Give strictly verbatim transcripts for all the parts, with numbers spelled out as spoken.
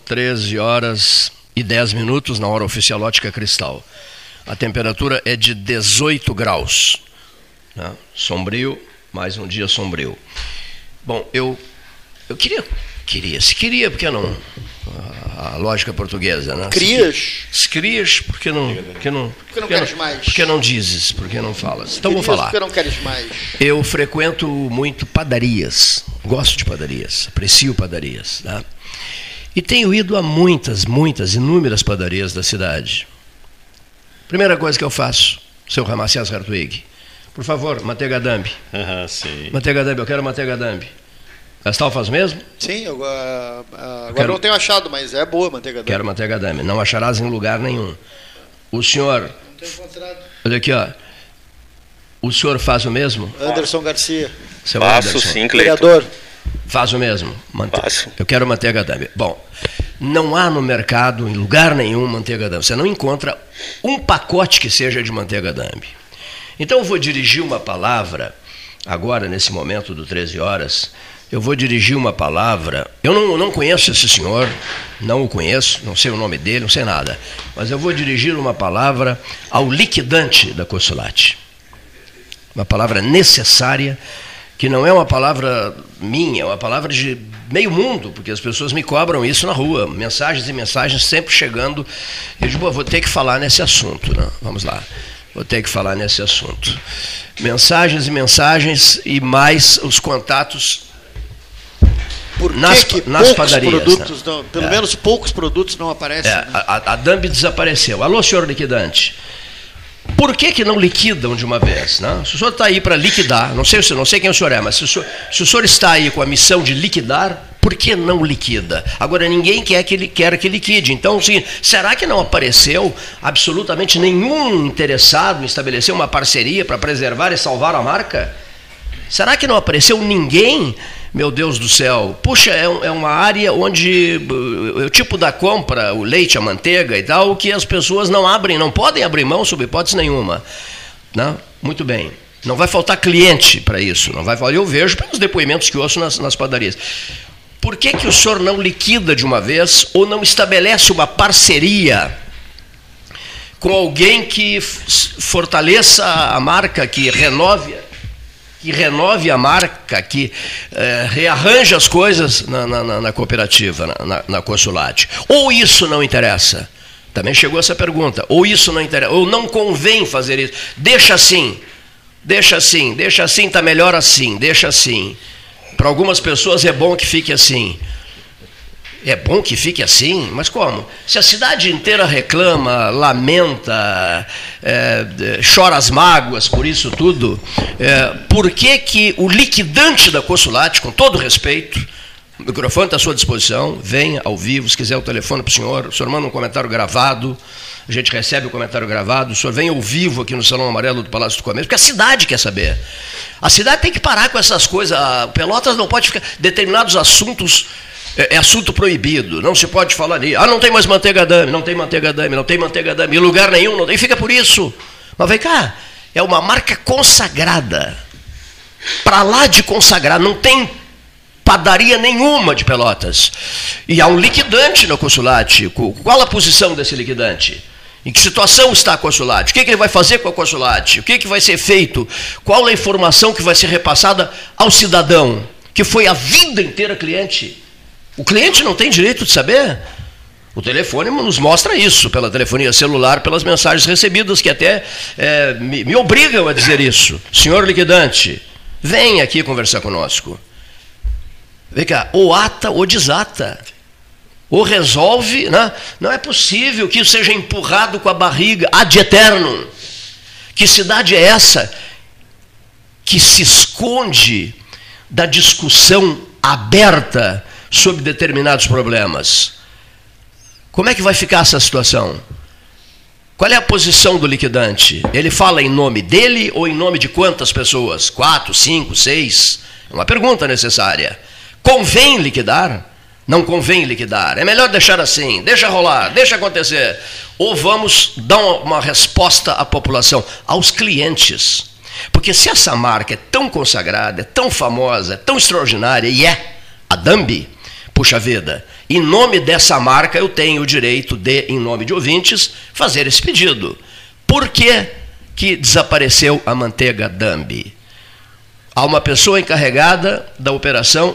treze horas e dez minutos na hora oficial Ótica Cristal. A temperatura é de dezoito graus. Né? Sombrio, mais um dia sombrio. Bom, eu, eu queria, queria, se queria, porque não... A, a lógica portuguesa, né? Crias? Se crias, porque não... Porque não, porque não porque queres não, mais? Porque não dizes, porque não falas. Então Crias, vou falar. Porque não queres mais? Eu frequento muito padarias, gosto de padarias, aprecio padarias, tá? E tenho ido a muitas, muitas, inúmeras padarias da cidade. Primeira coisa que eu faço, seu Ramacés Hartwig, por favor, manteiga Dambi. Aham, sim. Manteiga Dambi, eu quero manteiga Dambi. Gastal faz mesmo? Sim, eu, uh, uh, agora quero, não tenho achado, mas é boa a manteiga Dambi. Quero manteiga Dambi, não acharás em lugar nenhum. O senhor... Não tenho encontrado. Olha aqui, ó. O senhor faz o mesmo? Anderson Garcia. Seu Faço Anderson. sim, Cleiton. Vereador. Faz o mesmo? Mante... Faço. Eu quero manteiga Dambi. Bom, não há no mercado, em lugar nenhum, manteiga Dambi. Você não encontra um pacote que seja de manteiga Dambi. Então eu vou dirigir uma palavra, agora nesse momento do treze horas, eu vou dirigir uma palavra, eu não, não conheço esse senhor, não o conheço, não sei o nome dele, não sei nada, mas eu vou dirigir uma palavra ao liquidante da Consulate. Uma palavra necessária, que não é uma palavra minha, é uma palavra de meio mundo, porque as pessoas me cobram isso na rua, mensagens e mensagens sempre chegando. Eu digo, vou ter que falar nesse assunto, né? Vamos lá, vou ter que falar nesse assunto. Mensagens e mensagens e mais os contatos Por que nas, que nas poucos padarias. Produtos né? não, pelo é. menos poucos produtos não aparecem. É, né? a, a Dambi desapareceu. Alô, senhor liquidante. Por que que não liquidam de uma vez? Né? Se o senhor está aí para liquidar, não sei, não sei quem o senhor é, mas se o senhor, se o senhor está aí com a missão de liquidar, por que não liquida? Agora, ninguém quer que, quer que liquide. Então, assim, será que não apareceu absolutamente nenhum interessado em estabelecer uma parceria para preservar e salvar a marca? Será que não apareceu ninguém? Meu Deus do céu, puxa, é, é uma área onde o tipo da compra, o leite, a manteiga e tal, que as pessoas não abrem, não podem abrir mão sob hipótese nenhuma. Não? Muito bem, não vai faltar cliente para isso, não vai faltar. Eu vejo pelos depoimentos que ouço nas, nas padarias. Por que que o senhor não liquida de uma vez ou não estabelece uma parceria com alguém que fortaleça a marca, que renove que renove a marca, que eh, rearranja as coisas na, na, na cooperativa, na, na, na Consulate? Ou isso não interessa? Também chegou essa pergunta. Ou isso não interessa, ou não convém fazer isso. Deixa assim, deixa assim, deixa assim, está melhor assim, deixa assim. Para algumas pessoas é bom que fique assim. É bom que fique assim? Mas como? Se a cidade inteira reclama, lamenta, é, chora as mágoas por isso tudo, é, por que que o liquidante da Consulate, com todo respeito, o microfone está à sua disposição, venha ao vivo, se quiser o telefone para o senhor, o senhor manda um comentário gravado, a gente recebe o comentário gravado, o senhor vem ao vivo aqui no Salão Amarelo do Palácio do Comércio, porque a cidade quer saber. A cidade tem que parar com essas coisas, a Pelotas não pode ficar, determinados assuntos... É assunto proibido, não se pode falar nisso. Ah, não tem mais manteiga Dambi, não tem manteiga Dambi, não tem manteiga Dambi, em lugar nenhum, não tem, fica por isso. Mas vem cá, é uma marca consagrada, para lá de consagrada, não tem padaria nenhuma de Pelotas. E há um liquidante na Consulate. Qual a posição desse liquidante? Em que situação está a Consulate? O que, que ele vai fazer com a Consulate? O que, que vai ser feito? Qual a informação que vai ser repassada ao cidadão, que foi a vida inteira cliente? O cliente não tem direito de saber? O telefone nos mostra isso, pela telefonia celular, pelas mensagens recebidas, que até é, me, me obrigam a dizer isso. Senhor liquidante, vem aqui conversar conosco. Vem cá, ou ata ou desata. Ou resolve, né? Não é possível que isso seja empurrado com a barriga ad eternum. Que cidade é essa que se esconde da discussão aberta sobre determinados problemas? Como é que vai ficar essa situação? Qual é a posição do liquidante? Ele fala em nome dele ou em nome de quantas pessoas? Quatro, cinco, seis? É uma pergunta necessária. Convém liquidar? Não convém liquidar. É melhor deixar assim, deixa rolar, deixa acontecer. Ou vamos dar uma resposta à população, aos clientes. Porque se essa marca é tão consagrada, é tão famosa, é tão extraordinária, e é a Dambi, puxa vida, Em nome dessa marca, eu tenho o direito de, em nome de ouvintes, fazer esse pedido. Por que que desapareceu a manteiga Dambi? Há uma pessoa encarregada da operação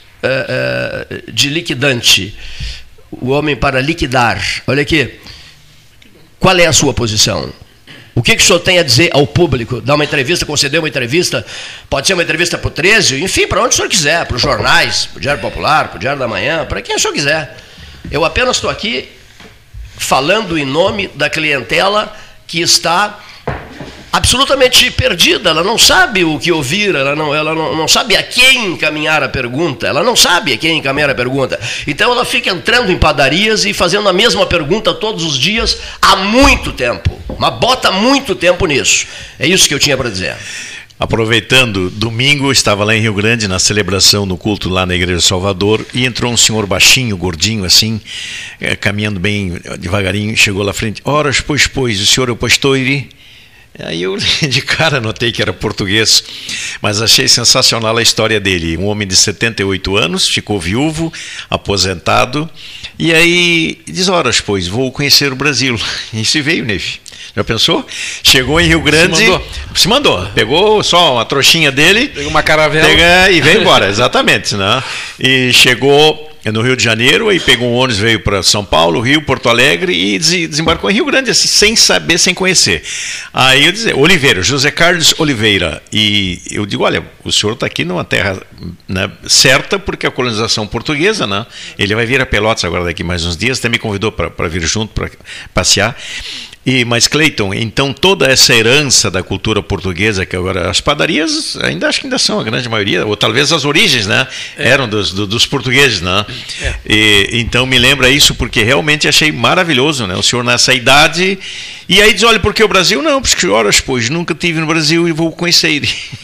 é, é, de liquidante, o homem para liquidar. Olha aqui, qual é a sua posição? O que, que o senhor tem a dizer ao público? Dar uma entrevista, conceder uma entrevista, pode ser uma entrevista para o treze, enfim, para onde o senhor quiser, para os jornais, para o Diário Popular, para o Diário da Manhã, para quem o senhor quiser. Eu apenas estou aqui falando em nome da clientela que está absolutamente perdida, ela não sabe o que ouvir, ela não, ela não, não sabe a quem encaminhar a pergunta, ela não sabe a quem encaminhar a pergunta. Então ela fica entrando em padarias e fazendo a mesma pergunta todos os dias há muito tempo, mas bota muito tempo nisso. É isso que eu tinha para dizer. Aproveitando, domingo eu estava lá em Rio Grande na celebração no culto lá na Igreja Salvador e entrou um senhor baixinho, gordinho assim, é, caminhando bem devagarinho, chegou lá à frente. Ora, pois, pois, o senhor é o pastor? Aí eu de cara notei que era português, mas achei sensacional a história dele. Um homem de setenta e oito anos, ficou viúvo, aposentado, e aí diz, ora, pois, vou conhecer o Brasil. E se veio, Neve. Já pensou? Chegou em Rio Grande, se mandou, se mandou pegou só uma trouxinha dele, pegou uma caravela pega, e veio embora, exatamente, né? E chegou no Rio de Janeiro, aí pegou um ônibus, veio para São Paulo, Rio, Porto Alegre e desembarcou em Rio Grande, assim, sem saber, sem conhecer. Aí eu dizia, Oliveira, José Carlos Oliveira, e eu digo, olha, o senhor está aqui numa terra, né, certa, porque a colonização portuguesa, né? Ele vai vir a Pelotas agora daqui mais uns dias, até me convidou para vir junto, para passear. E, mas, Cleiton, então toda essa herança da cultura portuguesa, que agora as padarias ainda acho que ainda são a grande maioria, ou talvez as origens, né, é. eram dos, do, dos portugueses, né? É. E, então me lembra isso porque realmente achei maravilhoso, né? O senhor nessa idade, e aí diz, olha, por que o Brasil? Não, porque horas, pois, nunca estive no Brasil e vou conhecer.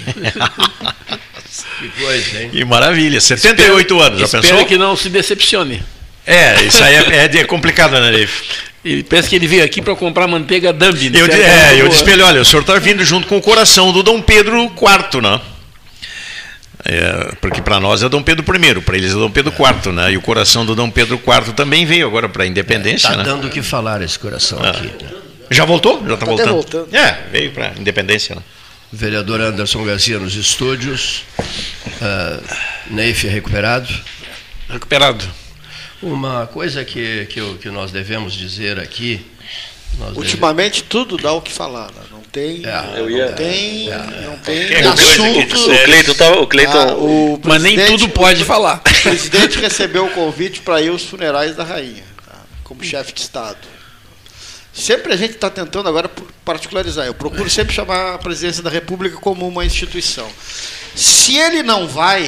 Que coisa, hein? Que maravilha, setenta e oito espero, anos, já espero pensou? Espero que não se decepcione. É, isso aí é, é complicado, né, Neve? Ele pensa que ele veio aqui para comprar manteiga Dambi. Eu, é, eu disse para ele, olha, o senhor está vindo junto com o coração do Dom Pedro quarto, né? É, porque para nós é Dom Pedro primeiro, para eles é Dom Pedro quarto, né? E o coração do Dom Pedro quarto também veio agora para a independência, Está né? dando o que falar esse coração ah. aqui. Já voltou? Já está tá voltando? voltando. É, veio para a independência, né? Vereador Anderson Garcia nos estúdios. Uh, Neif recuperado. Recuperado. Uma coisa que, que, eu, que nós devemos dizer aqui. Nós Ultimamente devemos... tudo dá o que falar, né? Não tem. É, eu ia... não tem. É, não tem é, assunto. O Cleiton tá, o Cleiton... Ah, o mas nem tudo pode falar. O presidente recebeu o convite para ir aos funerais da rainha, tá? Como chefe de Estado. Sempre a gente está tentando agora particularizar. Eu procuro sempre chamar a presidência da República como uma instituição. Se ele não vai,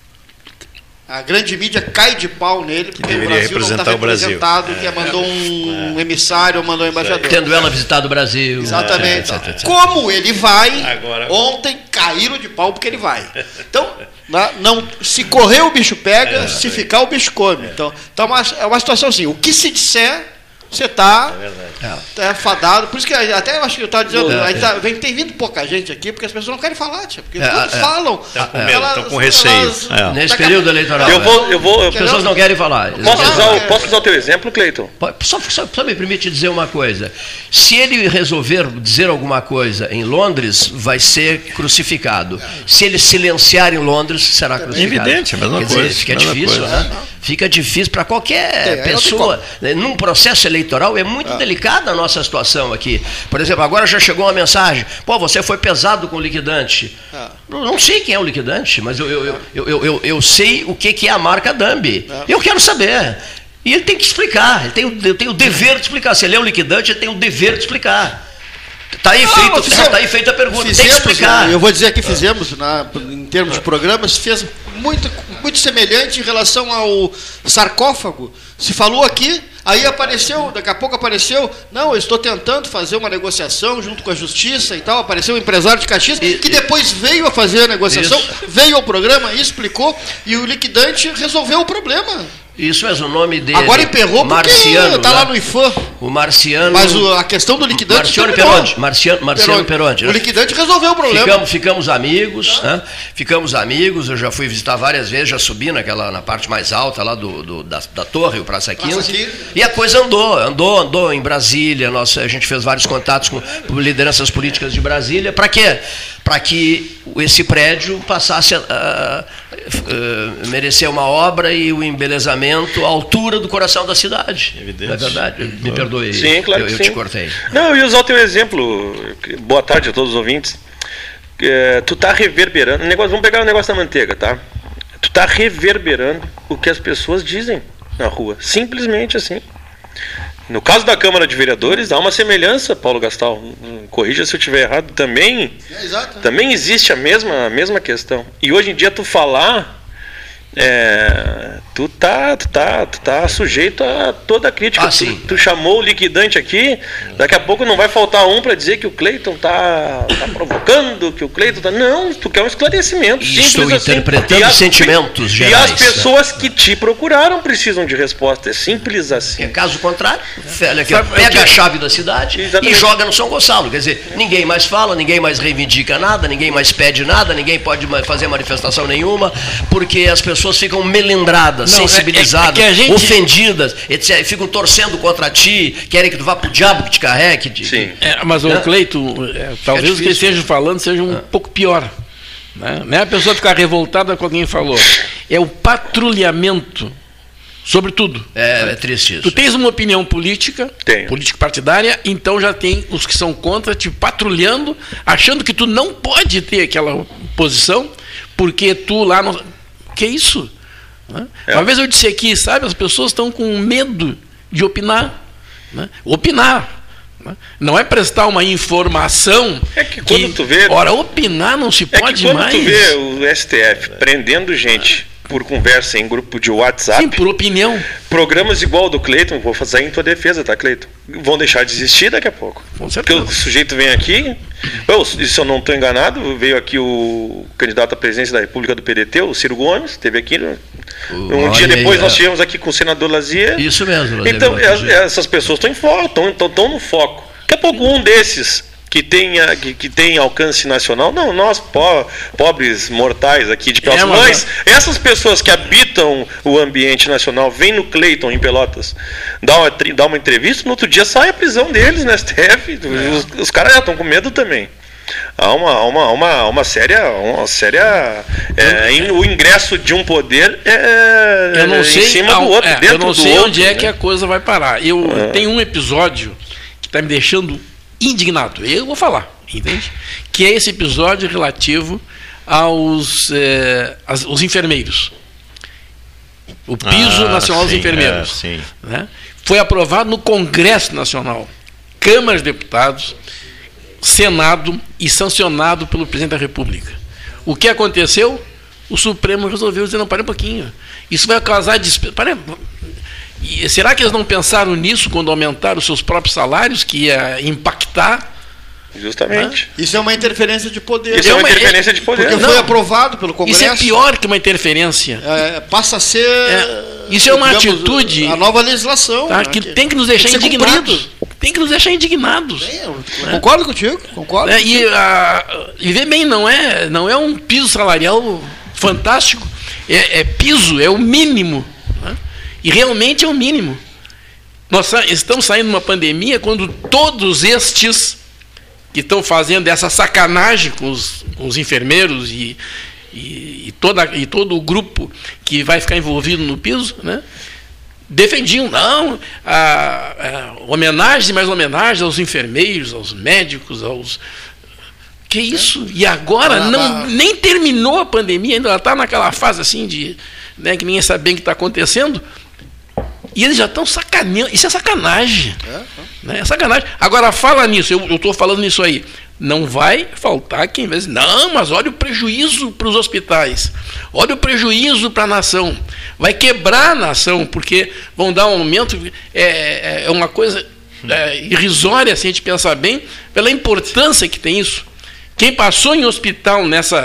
a grande mídia cai de pau nele, porque o Brasil não está representado, o que é, mandou um é. emissário, mandou um embaixador. Tendo ela visitado o Brasil. Exatamente. É, etc, etc. Como ele vai, agora... ontem caíram de pau porque ele vai. Então, não, se correr o bicho pega, é, se ficar o bicho come. Então, então é, uma, é uma situação assim, o que se disser... Você está é é fadado. Por isso que até eu acho que eu estava dizendo, é, é. Tá, vem, tem vindo pouca gente aqui, porque as pessoas não querem falar, tia, porque é, todos é. falam. Estão com, elas, com receio. Elas, é. Nesse período eleitoral. Eu vou, eu vou, as pessoas não querem falar. Posso usar, posso usar o teu exemplo, Cleiton? Só, só, só me permite dizer uma coisa. Se ele resolver dizer alguma coisa em Londres, vai ser crucificado. Se ele silenciar em Londres, será crucificado. Evidente, a mesma Quer coisa. Dizer, fica difícil, coisa. né? Fica difícil para qualquer é, pessoa. Num processo eleitoral é muito ah. delicada a nossa situação aqui. Por exemplo, agora já chegou uma mensagem. Pô, você foi pesado com o liquidante. Ah. Não sei quem é o liquidante, mas eu, eu, eu, eu, eu, eu sei o que é a marca Dambi. Ah. Eu quero saber. E ele tem que explicar. Ele tem, o, tem o dever de explicar. Se ele é o liquidante, ele tem o dever de explicar. Está aí, feito, fizemos, tá aí feita a pergunta. Fizemos, tem que explicar. Eu vou dizer que fizemos, na, em termos de programas, fez muito, muito semelhante em relação ao sarcófago. Se falou aqui, aí apareceu, daqui a pouco apareceu, não, eu estou tentando fazer uma negociação junto com a justiça e tal, apareceu um empresário de Caxias, e, que depois veio a fazer a negociação, isso. veio ao programa, explicou, e o liquidante resolveu o problema. Isso mesmo, o nome dele. Agora emperrou Marciano, porque tá né? lá no I F A M. O Marciano. Mas o, a questão do liquidante... Marciano terminou. Peronde. Marciano, Marciano Peronde. O liquidante resolveu o problema. Ficamos, ficamos amigos, né? Ficamos amigos, eu já fui visitar várias vezes, já subi naquela, na parte mais alta lá do, do da, da torre, o Praça quinze. Praça quinze. E a coisa andou, andou, andou em Brasília, nós, a gente fez vários contatos com lideranças políticas de Brasília. Para quê? Para que esse prédio passasse a, a, a merecer uma obra e o embelezamento à altura do coração da cidade. Evidente. Não é verdade? Me perdoe, Sim, claro eu, que eu sim. te cortei. Não, eu ia usar o teu exemplo. Boa tarde a todos os ouvintes. É, tu tá reverberando. Negócio, vamos pegar o negócio da manteiga, tá? Tu tá reverberando o que as pessoas dizem na rua. Simplesmente assim. No caso da Câmara de Vereadores, há uma semelhança, Paulo Gastal. Corrija se eu estiver errado. Também, É, exato. também existe a mesma, a mesma questão. E hoje em dia tu falar. É, tu tá, tu tá, tu tá sujeito a toda a crítica. Ah, tu, sim. tu chamou o liquidante aqui, daqui a pouco não vai faltar um para dizer que o Cleiton tá, tá provocando, que o Cleiton tá. Não, tu quer um esclarecimento. E estou simples assim. interpretando E as- sentimentos E gerais, as pessoas que te procuraram precisam de resposta. É simples assim. Porque caso contrário, olha aqui, ó, Sabe, pega eu a chave da cidade Exatamente. e joga no São Gonçalo. Quer dizer, ninguém mais fala, ninguém mais reivindica nada, ninguém mais pede nada, ninguém pode ma- fazer manifestação nenhuma, porque as pessoas ficam melindradas, Não, é- sensibilizadas, é que a gente- ofendidas, etcétera. E ficam torcendo contra ti, querem que tu vá pro diabo que te carregue. Que, Sim. É, mas o Né? Cleiton, é, talvez o que difícil. esteja falando seja um pouco pior. Né? Não é a pessoa ficar revoltada com alguém falou. É o patrulhamento sobre tudo. É, é triste isso. Tu tens uma opinião política, Tenho. política partidária, então já tem os que são contra te patrulhando, achando que tu não pode ter aquela posição, porque tu lá não. Que isso? Né? É. Uma vez eu disse aqui, sabe, as pessoas estão com medo de opinar. Né? Opinar. Né? Não é prestar uma informação. É que quando tu vê- Ora, opinar não se É pode que quando mais. tu vê o S T F prendendo gente por conversa em grupo de WhatsApp, Sim, por opinião. programas igual ao do Cleiton, vou fazer em tua defesa, tá, Cleiton? Vão deixar de existir daqui a pouco. Com Porque certeza. o sujeito vem aqui, eu, se eu não estou enganado, veio aqui o candidato à presidência da República do P D T, o Ciro Gomes, esteve aqui. Né? Um Olha dia aí, depois é. nós tivemos aqui com o senador Lazier. Isso mesmo. Lazier Então, Belo, as- essas pessoas estão em foco, estão no foco. Daqui a pouco um desses que tenha que, que tem alcance nacional, não, nós po- pobres mortais aqui de Pelotas, É, mas- mas essas pessoas que habitam o ambiente nacional, vêm no Cleiton em Pelotas, dá uma, tri- dá uma entrevista, no outro dia sai a prisão deles no S T F, os, os caras já estão com medo também. Há uma, há uma, há uma, há uma séria, uma séria é, in- o ingresso de um poder é, Eu não sei, em cima ao- do outro, é, dentro eu não do sei outro, onde é né? que a coisa vai parar. Eu tenho um episódio que está me deixando indignado. Eu vou falar, entende? Que é esse episódio relativo aos eh, as- os enfermeiros. O piso Ah, nacional dos sim, enfermeiros. é, sim. Né? Foi aprovado no Congresso Nacional, Câmara de Deputados, Senado e sancionado pelo Presidente da República. O que aconteceu? O Supremo resolveu dizer, não, para um pouquinho. Isso vai causar despesa. Para... E será que eles não pensaram nisso quando aumentaram os seus próprios salários, que ia impactar? Justamente. Isso é uma interferência de poder. Isso é uma uma- interferência de poder. Porque Não. foi aprovado pelo Congresso. Isso é pior que uma interferência. É, passa a ser. É, isso é uma atitude- A nova legislação. Tá? né, Que tem que nos deixar tem que ser indignados. Tem que nos deixar indignados. É, eu Concordo contigo, concordo. Né? E, a, e vê bem, não é, não é um piso salarial fantástico, é, é piso, é o mínimo. Né? E realmente é o mínimo. Nós sa- estamos saindo de uma pandemia quando todos estes que estão fazendo essa sacanagem com os, com os enfermeiros e, e, e, toda, e todo o grupo que vai ficar envolvido no piso, né? Defendiam, não, a, a, homenagem, mais homenagem aos enfermeiros, aos médicos, aos... Que isso? E agora, Ah, não, ah. nem terminou a pandemia, ainda está naquela fase assim de... Né, que ninguém sabe bem o que está acontecendo, e eles já estão sacaneando. Isso é sacanagem. Né? É sacanagem. Agora, fala nisso, eu estou falando nisso aí. Não vai faltar quem vai dizer, não, mas olha o prejuízo para os hospitais, olha o prejuízo para a nação. Vai quebrar a nação, porque vão dar um aumento, é, é uma coisa é, irrisória, se a gente pensar bem, pela importância que tem isso. Quem passou em hospital nessa,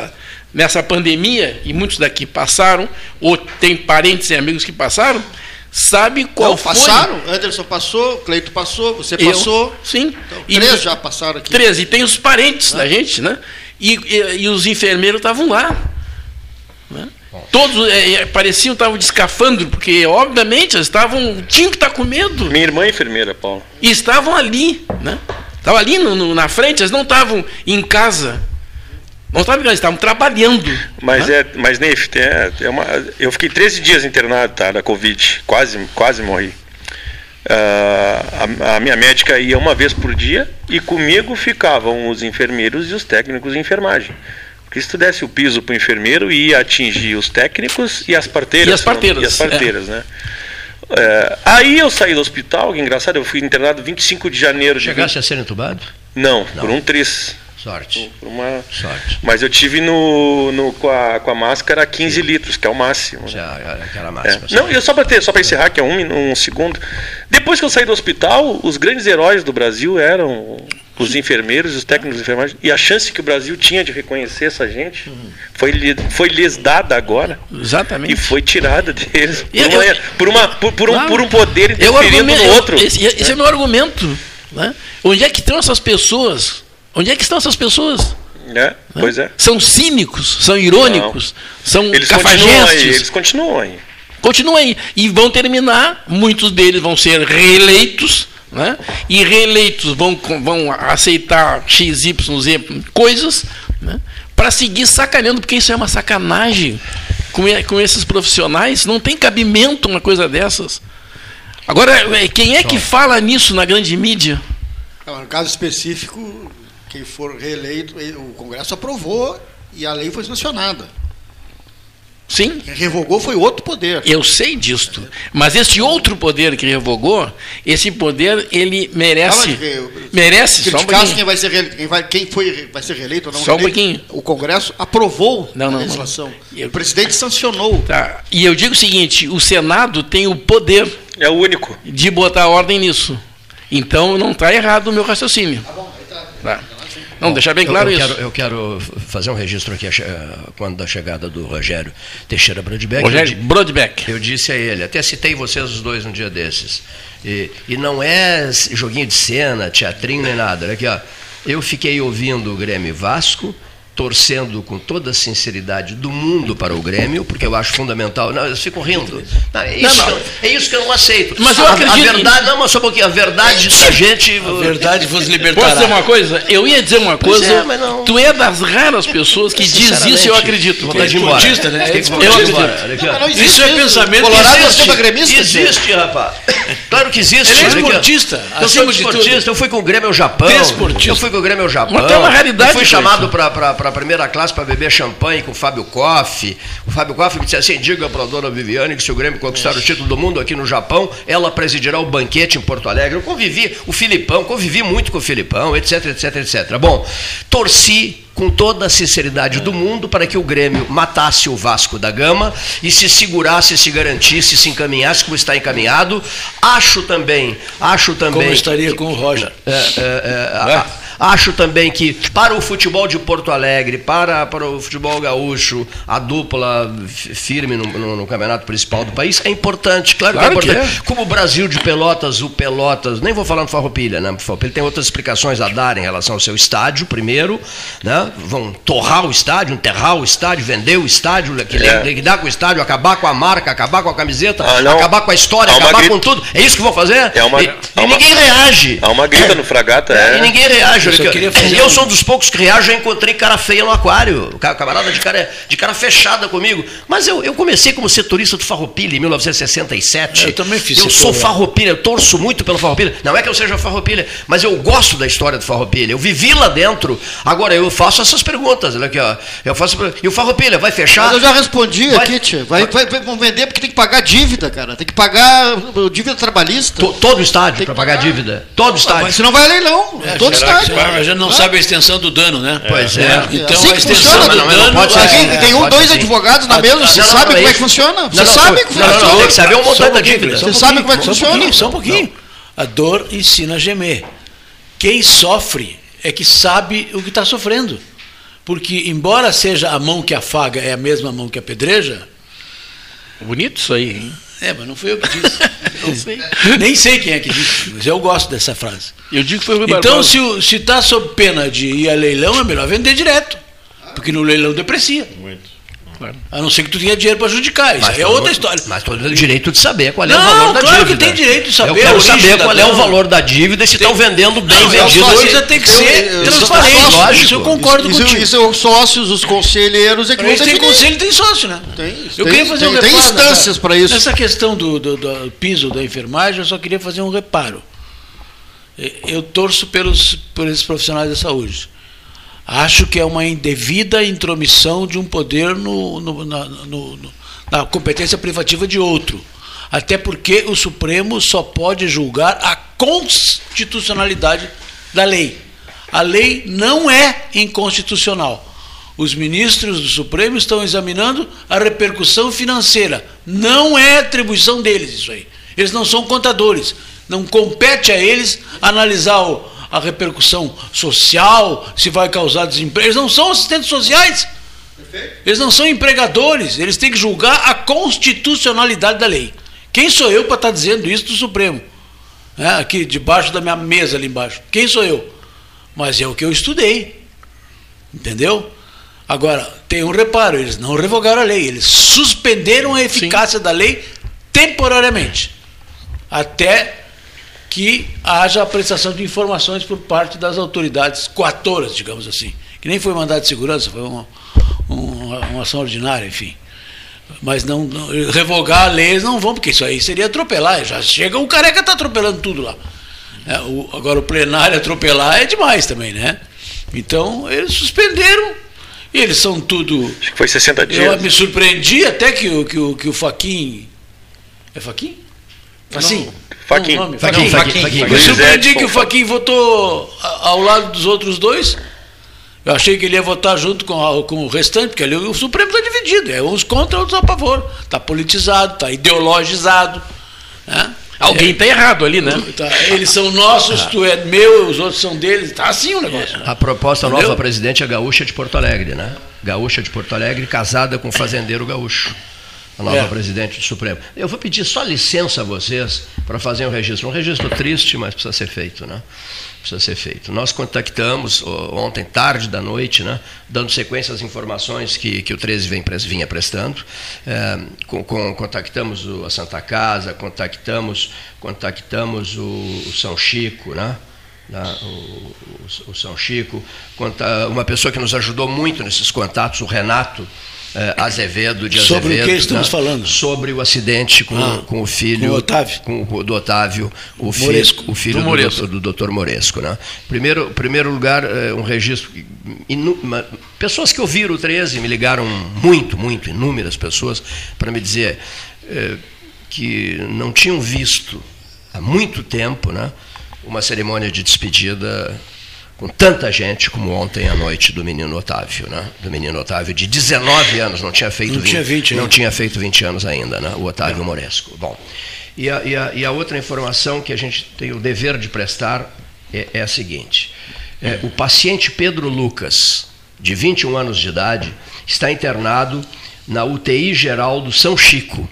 nessa pandemia, e muitos daqui passaram, ou tem parentes e amigos que passaram, sabe qual Não, foi... passaram, Anderson passou, Cleito passou, você Eu, passou. sim. Então, E- três já passaram aqui. Três, e tem os parentes da gente, né? E, e, e os enfermeiros estavam lá. Né? Todos é, é, pareciam estavam de escafandro, porque, obviamente, eles estavam, tinham que estar com medo. Minha irmã é enfermeira, Paulo. E estavam ali, né? Estavam ali no, no- na frente, eles não estavam em casa. Não estavam em casa, eles estavam trabalhando. Mas né? é, mas Neif, é, é uma, eu fiquei treze dias internado, tá, da Covid, quase, quase morri. Ah, a, a minha médica ia uma vez por dia e comigo ficavam os enfermeiros e os técnicos de enfermagem. Porque se tu desse o piso para o enfermeiro, ia atingir os técnicos e as parteiras. E as parteiras, não- e as parteiras, né? É, aí eu saí do hospital, que engraçado, eu fui internado vinte e cinco de janeiro de Chegasse a ser entubado? Não, por um tris. Sorte. Por uma... Sorte. Mas eu tive no, no, com, a, com a máscara quinze litros, que é o máximo. né? Já, aquela É. máxima. Não, eu só para ter, só para encerrar, que é um, minu- um segundo. Depois que eu saí do hospital, os grandes heróis do Brasil eram os enfermeiros, os técnicos de enfermagem, e a chance que o Brasil tinha de reconhecer essa gente foi, lhe- foi lhes dada agora Exatamente. e foi tirada deles por, Eu- uma, eu- por, uma, por, por um, Claro. por um poder Eu interferindo argumento- no eu- outro. Esse, esse é o meu argumento. Né? Onde é que estão essas pessoas? Onde é que estão essas pessoas? né? Pois é. São cínicos, são irônicos, são Eles continuam aí, cafajestes. eles continuam aí. Continuam aí. E vão terminar, muitos deles vão ser reeleitos, né? E reeleitos vão, vão aceitar X, Y, Z coisas, né? Para seguir sacaneando, porque isso é uma sacanagem com, e- com esses profissionais. Não tem cabimento uma coisa dessas. Agora, eh, quem é que fala nisso na grande mídia? No caso específico, quem for reeleito, o Congresso aprovou e a lei foi sancionada. Sim, Quem revogou foi outro poder. eu sei disto. Mas esse outro poder que revogou, esse poder, ele merece. Merece, só um Criticasse pouquinho. quem vai ser reeleito, quem, vai, quem foi, vai ser reeleito ou não Só um reeleito, pouquinho. o Congresso aprovou Não, não, a não. legislação. Eu- O presidente sancionou. Tá. E eu digo o seguinte: o Senado tem o poder É o único. de botar ordem nisso. Então não está errado o meu raciocínio. Tá. Não, deixar bem claro eu, eu isso. Quero, eu quero fazer um registro aqui a che- quando da chegada do Rogério Teixeira Brodbeck. Rogério Eu di- Brodbeck. Eu disse a ele, até citei vocês os dois um dia desses. E, e não é joguinho de cena, teatrinho nem nada. Olha aqui, ó. Eu fiquei ouvindo o Grêmio e Vasco, torcendo com toda a sinceridade do mundo para o Grêmio, porque eu acho fundamental. Não, eles ficam rindo. Não, é, isso Não, que não. eu, é isso que eu não aceito. Mas eu a, acredito a verdade, não, mas só um pouquinho, a verdade da gente. A verdade vos Posso libertará. dizer uma coisa? Eu ia dizer uma Pois coisa. é, mas não- Tu é das raras pessoas que diz isso e eu acredito. Vontade de ir embora. esportista, né? Fiquei É com vontade de ir esportista. embora. Olha aqui, ó. Não, não existe Isso é pensamento Colorado que é existe. samba gremista? Existe, rapaz. Claro que existe. Ele é Olha aqui, ó. esportista, Eu sou acima de esportista, tudo. eu fui com o Grêmio ao Japão. Desportista. Eu fui com o Grêmio ao Japão. Mas tem uma raridade Eu fui com chamado isso. para a primeira classe para beber champanhe com o Fábio Koff. O Fábio Koff me disse assim: diga para a dona Viviane que se o Grêmio conquistar o título do mundo aqui no Japão, ela presidirá o banquete em Porto Alegre. Eu convivi, o Filipão, convivi muito com o Filipão, etc, etc, etcétera. Bom, torci com toda a sinceridade do mundo para que o Grêmio matasse o Vasco da Gama e se segurasse, se garantisse, se encaminhasse como está encaminhado. Acho também, acho também... Como estaria com o Roger. É, é, é, a- a- acho também que para o futebol de Porto Alegre, para, para o futebol gaúcho, a dupla fi- firme no, no- no campeonato principal do país é importante. Claro, Claro que é que importante. Como o Brasil de Pelotas, o Pelotas, nem vou falar no Farroupilha, né? O Farroupilha tem outras explicações a dar em relação ao seu estádio, primeiro, né? Vão torrar o estádio, enterrar o estádio, vender o estádio, É. liquidar com o estádio, acabar com a marca, acabar com a camiseta, Ah, não. acabar com a história, Há uma acabar grita- com tudo. É isso que vão fazer? É uma- e há e uma- ninguém reage. Há uma grita no Fragata, É, é. E ninguém reage. Eu só olha queria aqui, ó. fazer Eu um- sou um dos poucos que reage, eu encontrei cara feia no aquário. Ca- Camarada de cara, de cara fechada comigo. Mas eu, eu comecei como setorista do Farroupilha em mil novecentos e sessenta e sete. Eu também fiz Eu setor sou lá. Farroupilha, eu torço muito pelo Farroupilha. Não é que eu seja Farroupilha, mas eu gosto da história do Farroupilha. Eu vivi lá dentro. Agora eu faço essas perguntas. Olha aqui, ó. Eu faço, e o Farroupilha vai fechar? Mas eu já respondi Vai- aqui, tia. Vai, vai, vai, vão vender porque tem que pagar dívida, cara. Tem que pagar uh, dívida trabalhista. To- todo o estádio Tem para que pagar pagar. dívida. Todo o estádio. Mas senão vai a leilão. É, todo será que estádio. A gente não sabe a extensão do dano, né? Pois é. Então assim a que extensão funciona, do não, mas não dano. pode ser é- assim. Aqui tem um, pode dois sim. advogados na Ah, mesa, não, você não, sabe não, como é é que isso. funciona? Não, Você não, sabe não, como não, não, funciona. tem que saber o Só um montante da pouquinho, dívida. só um Você sabe pouquinho, como é que só um funciona? pouquinho, Só um pouquinho. A dor ensina a gemer. Quem sofre é que sabe o que está sofrendo. Porque, embora seja a mão que afaga é a mesma mão que apedreja... Bonito isso aí, hein? É, mas não fui eu que disse. Não sei. Nem sei quem é que disse, mas eu gosto dessa frase. Eu digo que foi o Rui Então, Barbosa. se o- se está sob pena de ir a leilão, é melhor vender direto. Porque no leilão deprecia. Claro. A não ser que tu tenha dinheiro para judicar. Isso aí é todo outra mundo- história. Mas todo mundo tem o direito de saber qual é o Não, valor da claro que dívida. tem direito de saber Eu a quero origem saber da qual é o dívida. valor da dívida e se estão vendendo bem Não, vendido. a assim. coisa tem que eu- ser eu- transparente. eu- lógico. Isso eu concordo Isso, contigo. isso, os sócios, os conselheiros é que Para vão isso tem definir. conselho e tem sócio, né? Tem, eu tem- queria fazer um tem- tem reparo instâncias nessa- para isso. Nessa questão do, do- do piso da enfermagem, eu só queria fazer um reparo. Eu torço pelos, por esses profissionais da saúde. Acho que é uma indevida intromissão de um poder no, no- na, no- no- na competência privativa de outro. Até porque o Supremo só pode julgar a constitucionalidade da lei. A lei não é inconstitucional. Os ministros do Supremo estão examinando a repercussão financeira. Não é atribuição deles isso aí. Eles não são contadores. Não compete a eles analisar o- a repercussão social, se vai causar desemprego. Eles não são assistentes sociais. Eles não são empregadores. Eles têm que julgar a constitucionalidade da lei. Quem sou eu para estar dizendo isso do Supremo? É, aqui debaixo da minha mesa ali embaixo. Quem sou eu? Mas é o que eu estudei. Entendeu? Agora, tem um reparo, eles não revogaram a lei, eles suspenderam a eficácia da lei temporariamente, até que haja a prestação de informações por parte das autoridades coatoras, digamos assim, que nem foi mandado de segurança, foi uma, uma, uma ação ordinária, enfim. Mas não, não revogar a lei eles não vão, porque isso aí seria atropelar, já chega, o careca está atropelando tudo lá. É, o, agora o plenário atropelar é demais também, né? Então, eles suspenderam. E eles são tudo. Acho que foi sessenta Eu dias. me surpreendi até que o, que o, que o Faquin. É Faquin? Faquin. Faquin. Faquin. Faquin, Faquin, Faquin. Me surpreendi que o Faquin. Faquin votou a- ao lado dos outros dois. Eu achei que ele ia votar junto com, a- com o restante, porque ali o Supremo está dividido. É uns contra, outros a favor. Está politizado, está ideologizado. Né? Alguém está errado ali, né? Tá, eles são nossos, tu é meu, os outros são deles. Está assim o negócio. né? A proposta Entendeu? nova presidente é gaúcha de Porto Alegre, né? Gaúcha de Porto Alegre, casada com fazendeiro gaúcho. A nova É. presidente do Supremo. Eu vou pedir só licença a vocês para fazer um registro. Um registro triste, mas precisa ser feito, né? Precisa ser feito. Nós contactamos ó, ontem, tarde da noite, né? Dando sequência às informações que, que o treze vem, pres- vinha prestando. É, com, com- contactamos o, a Santa Casa, contactamos, contactamos o, o São Chico, né? Né, o, o- o São Chico, conta- uma pessoa que nos ajudou muito nesses contatos, o Renato eh, Azevedo de Azevedo. Sobre o que estamos né, falando? Sobre o acidente com, Ah, com o filho. com o Otávio. com o- do Otávio, o filho, Moresco. o filho Do do, Moresco. doutor, do doutor Moresco. Né? Primeiro, primeiro lugar, eh, um registro. inu- uma- pessoas que ouviram o treze me ligaram muito, muito, inúmeras pessoas, para me dizer eh, que não tinham visto há muito tempo, né, uma cerimônia de despedida com tanta gente como ontem à noite do menino Otávio, né? Do menino Otávio de dezenove anos, não tinha feito Não tinha vinte não ainda. tinha feito vinte anos ainda, né? O Otávio Moresco. Bom, e a, e, a, e a outra informação que a gente tem o dever de prestar é, é a seguinte: é, o paciente Pedro Lucas, de vinte e um anos de idade, está internado na U T I geral do São Chico.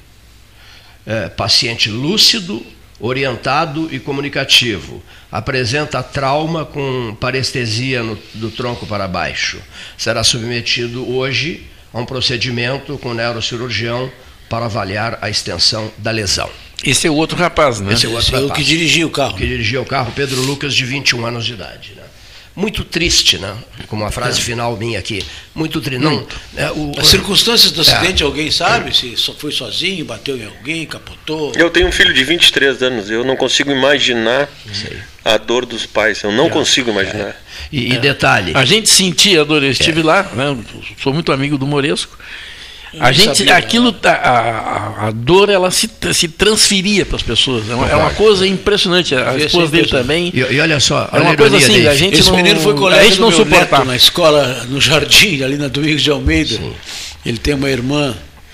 É, paciente lúcido, orientado e comunicativo. Apresenta trauma com parestesia no, do tronco para baixo. Será submetido hoje a um procedimento com neurocirurgião para avaliar a extensão da lesão. Esse é o outro rapaz, né? Esse é o outro Esse é o rapaz. que dirigia o carro. Que dirigia o carro, Pedro Lucas, de vinte e um anos de idade. Né? Muito triste, né? Como a frase final minha aqui. Muito triste. Não, é, o, As circunstâncias do É. acidente, alguém sabe? Se só foi sozinho, bateu em alguém, capotou. Eu tenho um filho de vinte e três anos, eu não consigo imaginar Sei. a dor dos pais, eu não consigo imaginar. E, e detalhe, A gente sentia a dor, eu estive lá, né? Sou muito amigo do Moresco. A não gente, sabia, aquilo, a, a, a dor, ela se, se transferia para as pessoas. É uma, é uma coisa impressionante. A Devia esposa ser dele impressionante. também. e, e olha só, É olha uma a coisa ironia, assim, Dave. a gente Esse não, menino foi a colega gente do não meu neto suportava. na escola, no Jardim, ali na Domingos de Almeida. Ele tem uma irmã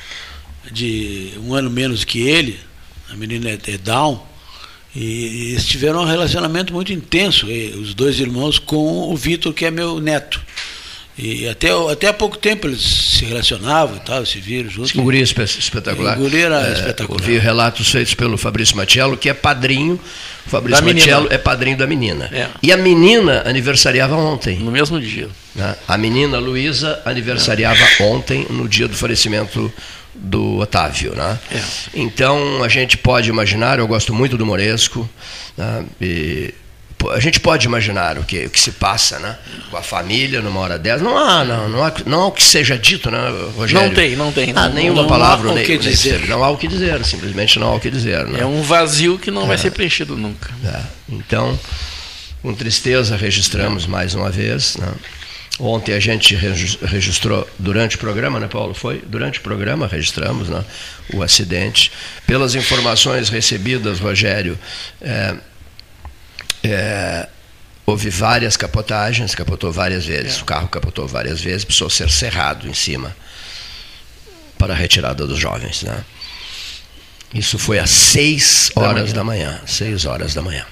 de um ano menos que ele, a menina é, é Down, e eles tiveram um relacionamento muito intenso, e os dois irmãos, com o Vitor, que é meu neto. E até, até há pouco tempo eles se relacionavam e tal, se viram juntos. Esse guri espe- espetacular. O guri era É, espetacular. Ouvi relatos feitos pelo Fabrício Matiello, que é padrinho. O Fabrício Da menina. Matiello é padrinho da menina. É. E a menina aniversariava ontem. No mesmo dia. Né? A menina Luísa aniversariava ontem, no dia do falecimento do Otávio. Né? É. Então, a gente pode imaginar, eu gosto muito do Moresco, né? E pô, a gente pode imaginar o que, o que se passa, né? Com a família numa hora dessa. Não há, não, não há, não há o que seja dito, né, Rogério? Não tem, não tem. Ah, Não, nenhuma não palavra. há o nem, que nem dizer. ser. Não há o que dizer, simplesmente não há o que dizer. Né? É um vazio que não vai ser preenchido nunca. É, então, com tristeza, registramos mais uma vez. Né? Ontem a gente regis- registrou durante o programa, né, Paulo? Foi? Durante o programa registramos, né, o acidente. Pelas informações recebidas, Rogério, é, é, houve várias capotagens, capotou várias vezes, o carro capotou várias vezes, precisou ser cerrado em cima para a retirada dos jovens. Né? Isso foi às seis horas da manhã. Seis horas da manhã.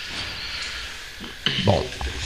Bom,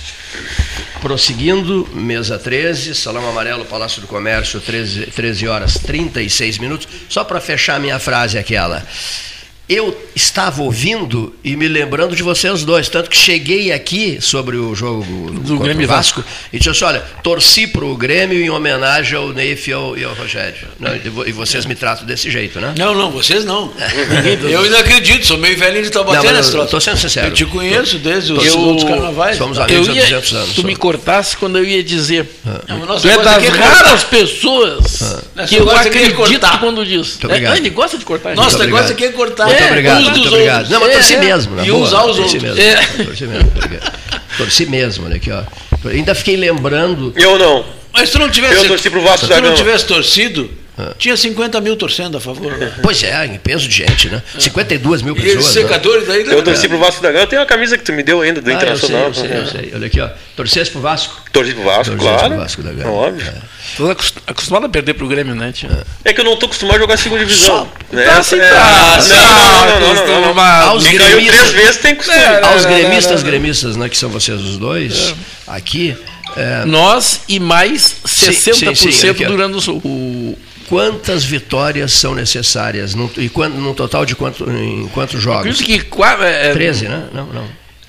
prosseguindo, mesa treze, Salão Amarelo, Palácio do Comércio, treze, treze horas trinta e seis minutos. Só para fechar minha frase aquela. Eu estava ouvindo e me lembrando de vocês dois, tanto que cheguei aqui sobre o jogo Do contra Grêmio o Vasco e disse assim, olha, torci para o Grêmio em homenagem ao Neif e ao, e ao Rogério. Não, e vo- e vocês me tratam desse jeito, né? Não, não, vocês não. Eu ainda acredito, sou meio velhinho de Taubaté Não, mas nesse eu troço. tô sendo sincero. Eu te conheço desde os Eu- outros carnavais. Somos Eu amigos há ia, duzentos anos. tu me só. cortasse quando eu ia dizer. Não, mas nosso Tu é negócio das aqui é cortar. raras pessoas Nosso que eu negócio aqui é acredito cortar. quando diz. Muito obrigado. É, ele gosta de cortar. Nosso gente. negócio obrigado. aqui é cortar. Muito É, obrigado, uns muito dos obrigado. outros. Não, mas É, torci é. mesmo. na E boa, usar os torci outros. mesmo, É. torci mesmo, obrigado. Torci mesmo, olha aqui, ó. Ainda fiquei lembrando. Eu não. Mas se tu não tivesse, Eu torci pro Vasco se da tu não Gama. tivesse torcido, tinha cinquenta mil torcendo a favor. Pois é, em peso de gente, né? cinquenta e duas mil E esses pessoas. né? secadores aí... Eu torci pro Vasco da Gama. Tem uma camisa que tu me deu ainda do Ah, eu sei, Internacional. eu sei, eu sei. Olha aqui, ó. Torcesse pro Vasco. Torci pro Vasco, Torcesse claro. pro Vasco da Gama. Óbvio. Tô acost- acostumado a perder pro Grêmio, né, tia? É que eu não tô acostumado a jogar segunda divisão. né? Tá, sim, É, tá. não, não, não, não, não, não. acostumado. Aos Quem caiu gremistas- três vezes tem costume. É, Aos não, não, gremistas, não, não. gremistas, né? Que são vocês os dois, aqui. é, Nós e mais sessenta por cento sim, sim, aqui, ó. durante o, o quantas vitórias são necessárias? Num, e quanto, num total de quanto, em quantos jogos? acredito que qua- é, treze, né? Não, não.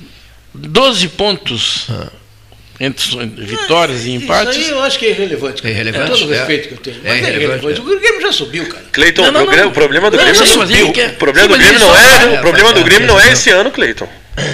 doze pontos entre vitórias e empates. Isso aí eu acho que é irrelevante. cara. É irrelevante, Com todo o é. respeito que eu tenho. É Mas é irrelevante, irrelevante. O Grêmio já subiu, cara. Cleiton, Não, não, o, Grêmio- não. o problema do Não, Grêmio sim, não mas subiu. ele quer- O problema sim, do mas Grêmio ele não só- é, é, o problema é, do Grêmio não é, é é. esse ano, Cleiton.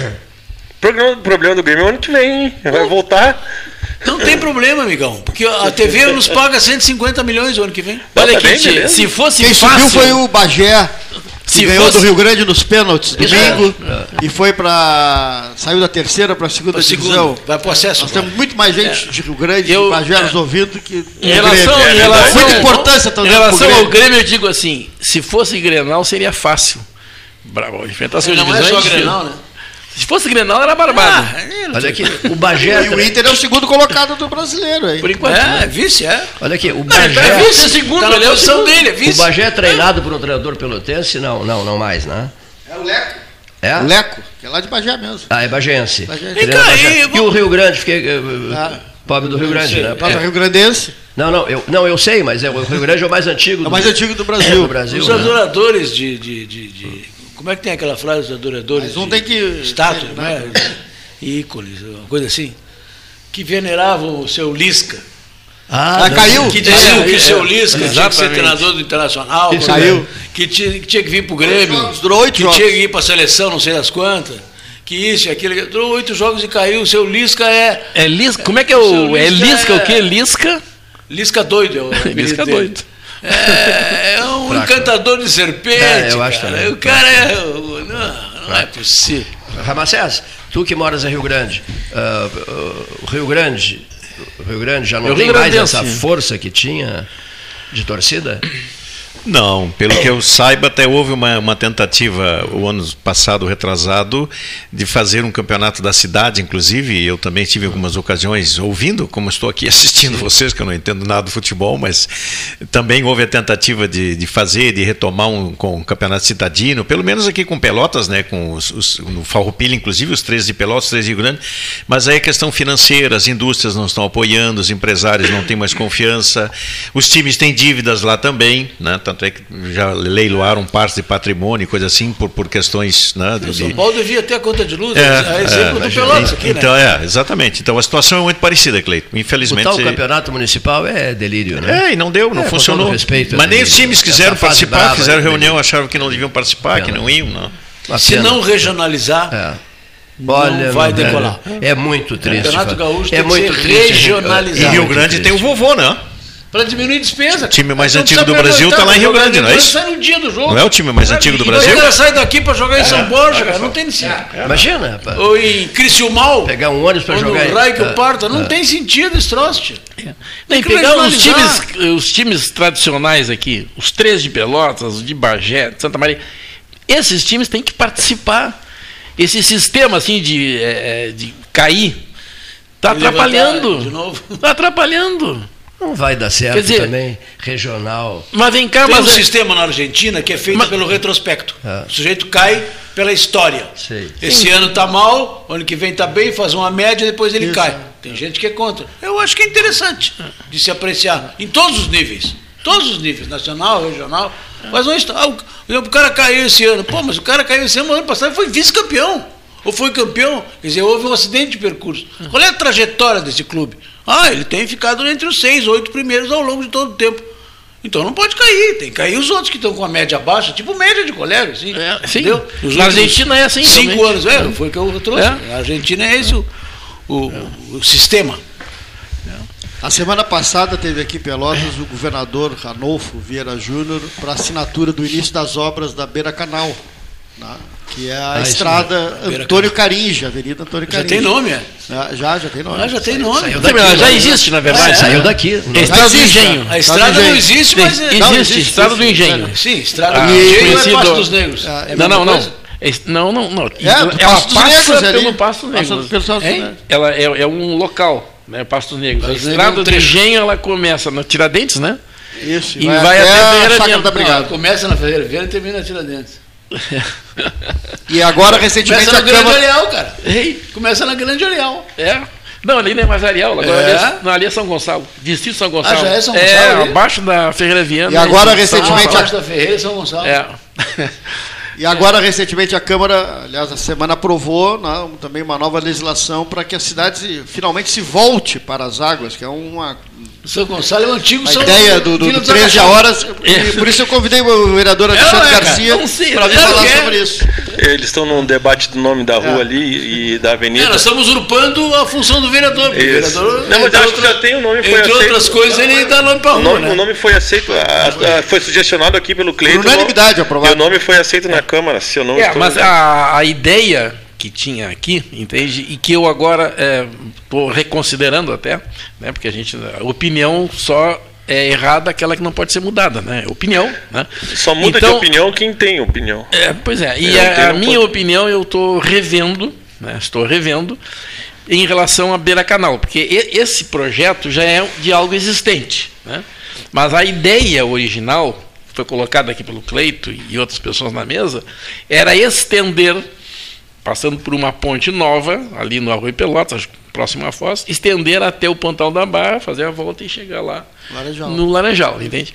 O programa- o problema do Grêmio é o ano que vem. Vai voltar. Não tem problema, amigão. Porque a T V nos paga cento e cinquenta milhões o ano que vem. Olha Tá aqui, bem, tia, beleza. se fosse Quem fácil, subiu foi o Bagé, que Se ganhou fosse- do Rio Grande nos pênaltis Isso, domingo é. e foi para saiu da terceira para a segunda Pra divisão. segundo, vai pro acesso. Nós temos muito mais gente de Rio Grande, Eu- de Bagé é. nos ouvindo que Em do relação, Grêmio. em relação, Muita importância estão em dando pro relação ao Grêmio. Grêmio, eu digo assim, se fosse Grenal seria fácil. Bravo, enfrentar seus Não é divisões. só Grenal, né? Se fosse Grenal era barbado. Olha aqui, o Bagé. E o Inter é o segundo colocado do brasileiro aí. Por enquanto. É, né? vice, é. Olha aqui, o Não, ele tá Bagé. vice, segundo, Tá na ele é a posição posição dele, é O vice. Bagé é treinado por um treinador pelotense? Não, não, não mais, né? É o Leco. É? O Leco, que é lá de Bagé mesmo. Ah, é bagense. Bagense. Treina Vem cá, Bagé. aí, E o Rio Grande, fiquei. eh, Ah. Pobre do Rio Grande, né? Nós é É. Rio Grandense, Não, não, eu, não, eu sei, mas é, o Rio Grande é o mais antigo é o mais antigo do Brasil. do Brasil. Os né? adoradores de, de, de, de- Como é que tem aquela frase dos adoradores? Mas um de tem que- Estátua, tem- não é? Ícones, uma coisa assim. Que veneravam o seu Lisca. Ah, Ah, não. caiu? Que diziam É, que o é, seu Lisca tinha que ser exatamente. treinador do Internacional. Isso, que- caiu. Que tinha, que tinha que vir pro Grêmio. jogos, durou oito que jogos. tinha que ir pra seleção, não sei das quantas. Que isso e aquilo. Durou oito jogos e caiu. O seu Lisca é. É Lisca, como é que é Seu o. É Lisca Lisca é- o quê? Lisca? Lisca doido. É o apelido Lisca dele. doido. É, é um Fraco. encantador de serpente. É, eu acho cara. também. O cara é. Não, não é possível. Ramacés, tu que moras em Rio Grande, ah, ah, o Rio Grande, o Rio Grande já não Eu tem Rio mais Grandense. essa força que tinha de torcida? Não, pelo que eu saiba, até houve uma, uma tentativa o ano passado, retrasado, de fazer um campeonato da cidade, inclusive. Eu também tive algumas ocasiões ouvindo, como estou aqui assistindo vocês, que eu não entendo nada do futebol, mas também houve a tentativa de, de fazer, de retomar um, com um campeonato citadino, pelo menos aqui com Pelotas, né, com os, os, no Farroupilha, inclusive, os três de Pelotas, os três de Rio Grande, mas aí a questão financeira, as indústrias não estão apoiando, os empresários não têm mais confiança, os times têm dívidas lá também, né, tanto é que já leiloaram partes de patrimônio e coisa assim por, por questões, né, de, o São Paulo devia ter a conta de luz, é, é exemplo é, do Pelotas aqui, então, né? É, exatamente. Então a situação é muito parecida, Cleiton. Infelizmente. O tal campeonato municipal é delírio, né? É, e não deu, não é, funcionou. Respeito, mas nem os times quiseram participar, brava, fizeram reunião, é acharam que não deviam participar, pena. que não iam, não. Se não regionalizar. É. Olha, não vai decolar. É muito triste. O Campeonato Gaúcho é tem muito que triste, regionalizar. Em Rio Grande tem o vovô, né? Para diminuir despesa. O time mais então, antigo do Brasil está lá em Rio Grande, não é isso? Sai no dia do jogo. Não é o time mais antigo do Brasil? Ele sai daqui para jogar em São Borja, cara. Não tem sentido. Imagina, rapaz. Ou em Criciúmal. Pegar um ônibus para jogar. No Raio que eu parto. Não tem sentido esse troço, tio. Nem pegar os times, os times tradicionais aqui, os três de Pelotas, os de Bagé, de Santa Maria, esses times têm que participar. Esse sistema assim de, é, de cair está atrapalhando. Está atrapalhando. Não vai dar certo. Quer dizer, também, regional. Mas vem cá, tem mas um é... sistema na Argentina que é feito mas... pelo retrospecto. Ah. O sujeito cai pela história. Sei. Esse Sim. ano está mal, ano que vem está bem, faz uma média, depois ele Isso. cai. Tem gente que é contra. Eu acho que é interessante de se apreciar em todos os níveis. Todos os níveis, nacional, regional. Mas não está. O cara caiu esse ano. Pô, mas o cara caiu esse ano, no ano passado foi vice-campeão. Ou foi campeão. Quer dizer, houve um acidente de percurso. Qual é a trajetória desse clube? Ah, ele tem ficado entre os seis, oito primeiros ao longo de todo o tempo. Então não pode cair, tem que cair os outros que estão com a média baixa, tipo média de colega, assim. É, sim. Na Argentina é assim. Cinco também. anos, é, foi o que eu trouxe. É. A Argentina é esse o, o, é. o sistema. A semana passada teve aqui em Pelotas o governador Ranolfo Vieira Júnior para assinatura do início das obras da Beira Canal, né, que é a ah, estrada Antônio Carinja, Avenida Antônio Carinja. Já tem nome, é? Já, já tem nome. Ah, já tem nome. Saiu daqui, já, já existe, na verdade. É, saiu daqui. É estrada do Engenho. A estrada não existe, mas... Existe, não, existe estrada do Engenho. Sim, estrada do Engenho é Pasto dos Negros. Não, não, não. Não, não, não. É, ela Pasto passa Negros, pelo Pasto Negros. Ela é, é um local. Né, Pastos Negros. A estrada do Engenho, ela começa na Tiradentes, né? Isso. E vai, vai até, até a Ferreira da Brigada. Começa na Ferreira Vieira e termina na Tiradentes. E agora, recentemente, começa a na Grande Câmara... Areal, cara. Ei, começa na Grande Areal. É. Não, ali não é mais Areal, agora é. ali, é, não, ali é São Gonçalo. Distrito São Gonçalo. Ah, já é São Gonçalo? É, ali? Abaixo da Ferreira Viana. E agora, recentemente... Ah, abaixo da Ferreira e São Gonçalo. É. E agora, recentemente, a Câmara, aliás, a semana aprovou, né, também uma nova legislação para que a cidade finalmente se volte para as águas, que é uma... São Gonçalo é o antigo a São ideia do, do, do treze horas, e por isso eu convidei o vereador Alexandre é, Garcia para vir falar é. sobre isso. Eles estão num debate do nome da rua é. ali e da avenida. É, nós estamos usurpando a função do vereador. O vereador não, mas acho que já tem o nome, foi entre aceito. outras coisas, ele dá nome para a rua. O nome, né? o nome foi aceito, a, a, foi sugestionado aqui pelo Cleiton. Por unanimidade aprovado. E o nome foi aceito é. na Câmara, se eu não é, estou mas a, a ideia que tinha aqui, entende? E que eu agora estou é, reconsiderando até, né? Porque a gente, a opinião só é errada aquela que não pode ser mudada, né? Opinião, né? Só muda então, de opinião quem tem opinião. É, pois é, e a, a minha opinião eu estou revendo, né? Estou revendo em relação à Beira Canal, porque esse projeto já é de algo existente, né? Mas a ideia original, que foi colocada aqui pelo Cleito e outras pessoas na mesa, era estender, passando por uma ponte nova, ali no Arroio Pelotas, próximo à Foz, estender até o Pontal da Barra, fazer a volta e chegar lá Laranjal. no Laranjal, entende?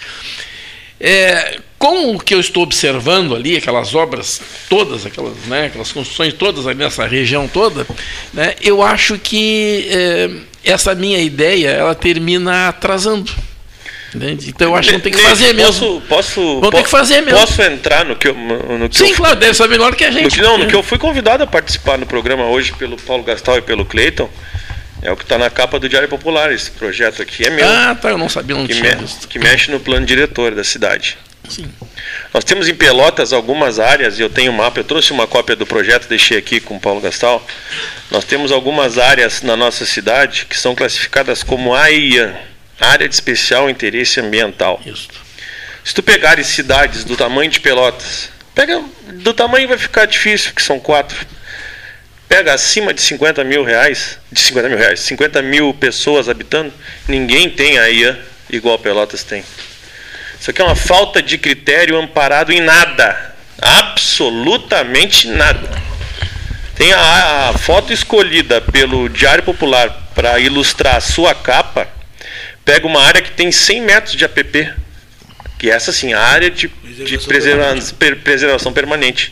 É, com o que eu estou observando ali, aquelas obras todas, aquelas, né, aquelas construções todas ali nessa região toda, né, eu acho que é, essa minha ideia, ela termina atrasando. Entende? Então eu acho que não tem que fazer mesmo. Posso, posso, Vão ter que fazer mesmo. Posso entrar no que eu, no que Sim, eu, claro, deve saber melhor que a gente. No que, não, no que eu fui convidado a participar no programa hoje pelo Paulo Gastal e pelo Cleiton. É o que está na capa do Diário Popular. Esse projeto aqui é meu. Ah, tá, eu não sabia, não que, tinha me, visto. que mexe no plano diretor da cidade. Sim. Nós temos em Pelotas algumas áreas, e eu tenho um mapa, eu trouxe uma cópia do projeto, deixei aqui com o Paulo Gastal. Nós temos algumas áreas na nossa cidade que são classificadas como A I A, Área de Especial Interesse Ambiental. Isso. Se tu pegares cidades do tamanho de Pelotas, pega do tamanho vai ficar difícil, que são quatro. Pega acima de cinquenta mil reais, de cinquenta mil reais, cinquenta mil pessoas habitando, ninguém tem a I A igual Pelotas tem. Isso aqui é uma falta de critério amparado em nada. Absolutamente nada. Tem a, a foto escolhida pelo Diário Popular para ilustrar a sua capa. Pega uma área que tem cem metros de A P P. Que é essa sim, a área de, de preserva, per, preservação permanente.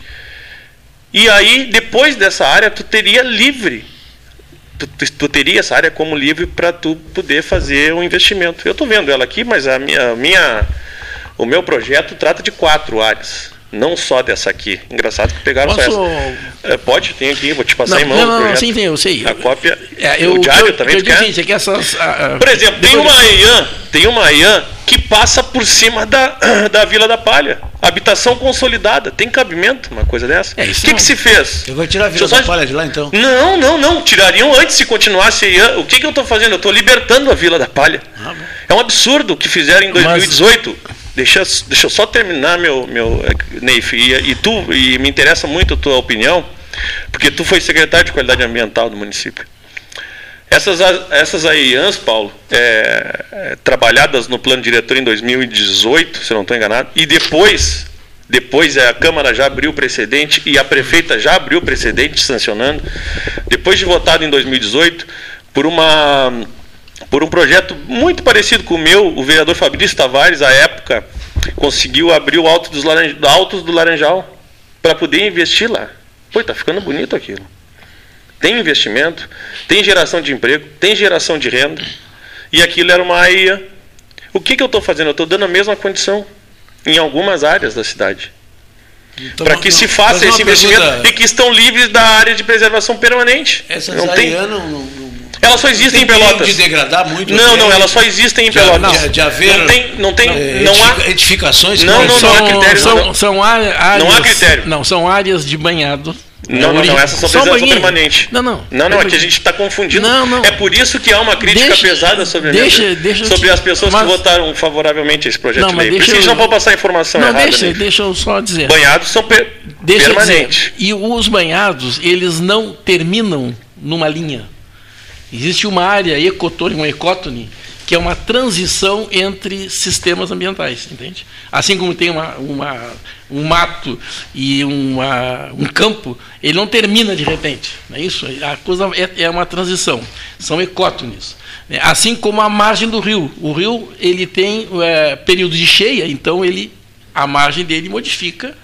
E aí, depois dessa área, tu teria livre. Tu, tu, tu teria essa área como livre para tu poder fazer um investimento. Eu estou vendo ela aqui, mas a minha, a minha, o meu projeto trata de quatro áreas. Não só dessa aqui. Engraçado que pegaram Posso... só essa. É, pode, tem aqui, vou te passar não, em mão. Não, o não, projeto. sim, tem, eu sei. A cópia. É, eu, o diário eu, também eu quer? disse, é que essas, a, a, Por exemplo, tem uma I A, tem uma I A que passa por cima da, da Vila da Palha. Habitação consolidada. Tem cabimento uma coisa dessa? O É, que, não. que se fez? Eu vou tirar a Vila Deixa eu da só- Palha de lá, então. Não, não, não. Tirariam antes se continuasse a I A. O que, que eu estou fazendo? Eu estou libertando a Vila da Palha. É um absurdo o que fizeram em dois mil e dezoito. Deixa, deixa eu só terminar meu, meu Neif, e, e tu, e me interessa muito a tua opinião, porque tu foi secretário de Qualidade Ambiental do município. Essas, essas I As, Paulo, é, é, trabalhadas no plano diretor em dois mil e dezoito, se eu não estou enganado, e depois, depois a Câmara já abriu precedente e a prefeita já abriu precedente sancionando, depois de votado em dois mil e dezoito, por uma... por um projeto muito parecido com o meu, o vereador Fabrício Tavares, à época, conseguiu abrir o Alto dos Laranj... Altos do Laranjal para poder investir lá. Pô, tá ficando bonito aquilo. Tem investimento, tem geração de emprego, tem geração de renda, e aquilo era uma I A. O que, que eu estou fazendo? Eu estou dando a mesma condição em algumas áreas da cidade. Então, Para que não, se faça fazer uma esse investimento pergunta. e que estão livres da área de preservação permanente. Essas não tem... I A não, não, não, Elas só existem em tem perigo Pelotas. de degradar muito. Não, o não, ambiente, elas só existem em de- Pelotas. de- de haver- não tem, não tem, é, não há, edifica- edificações que Não, não, são- não há critério, são, não. são áreas, Não há critério. Não, são áreas de banhado. Não, não, não, essas são Só um preservação pouquinho. permanente. Não, não. Não, não, É é que a gente está confundindo. Não, não. É por isso que há uma crítica Deixa- pesada sobre, a deixa- minha- deixa eu sobre te- as pessoas mas- que votaram favoravelmente a esse projeto Não, de mas lei. Por isso deixa que a gente eu- não pode passar informação Não, errada. deixa, né? deixa eu só dizer. Banhados são per Deixa eu permanentes. dizer. E os banhados, eles não terminam numa linha. Existe uma área ecotone, um ecótone, que é uma transição entre sistemas ambientais, entende? Assim como tem uma, uma, um mato e uma, um campo, ele não termina de repente, não é isso? A coisa é, é uma transição, são ecótones. Assim como a margem do rio. O rio ele tem é, período de cheia, então ele, a margem dele modifica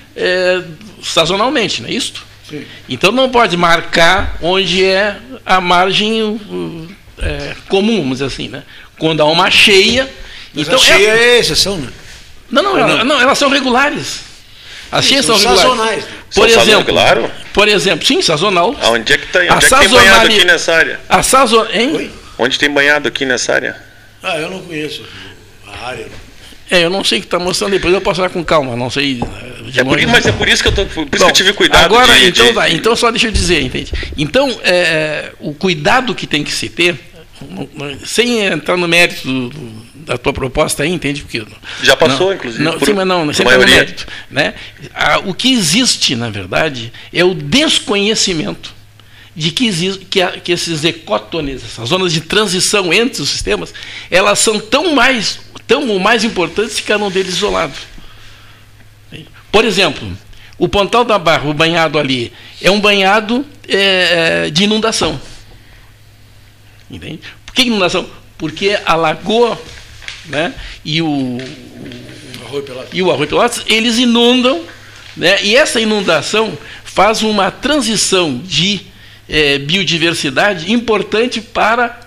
é, sazonalmente, não é isso? Sim. Então não pode marcar onde é a margem uh, é, comum, vamos dizer assim, né? Quando há uma cheia. Mas então a cheia é, é exceção, né? Não, não, Ou ela- não? não, elas são regulares. As Sim, cheias são são, regulares. sazonais, né? Por São exemplo, sazonais, por exemplo, sim, sazonal. Aonde é que, tá, onde A é que tem banhado sazonali- aqui nessa área? A sazon... hein? Oi? Onde tem banhado aqui nessa área? Ah, eu não conheço a área. É, eu não sei o que está mostrando, depois eu posso olhar com calma, não sei. eh, de É por, longe. isso- mas é por isso que eu, tô, por isso que Bom, eu tive cuidado agora, de, então, de- tá, então só deixa eu dizer, entende? Então, é, o cuidado que tem que se ter, não- não- sem entrar no mérito do- do- da tua proposta aí, entende? Porque Já passou, não, inclusive, Não, por- sim, mas não, por sem entrar no maioria. mérito. Né? Ah, o que existe, na verdade, é o desconhecimento de que, existe, que, a- que esses ecótones, essas zonas de transição entre os sistemas, elas são tão mais, tão ou mais importantes que cada um deles isolado. Por exemplo, o Pontal da Barra, o banhado ali, é um banhado é, é, de inundação. Entende? Por que inundação? Porque a lagoa, né, e, o, Arroio Pelotas. e o Arroio Pelotas, eles inundam, né, e essa inundação faz uma transição de é, biodiversidade importante para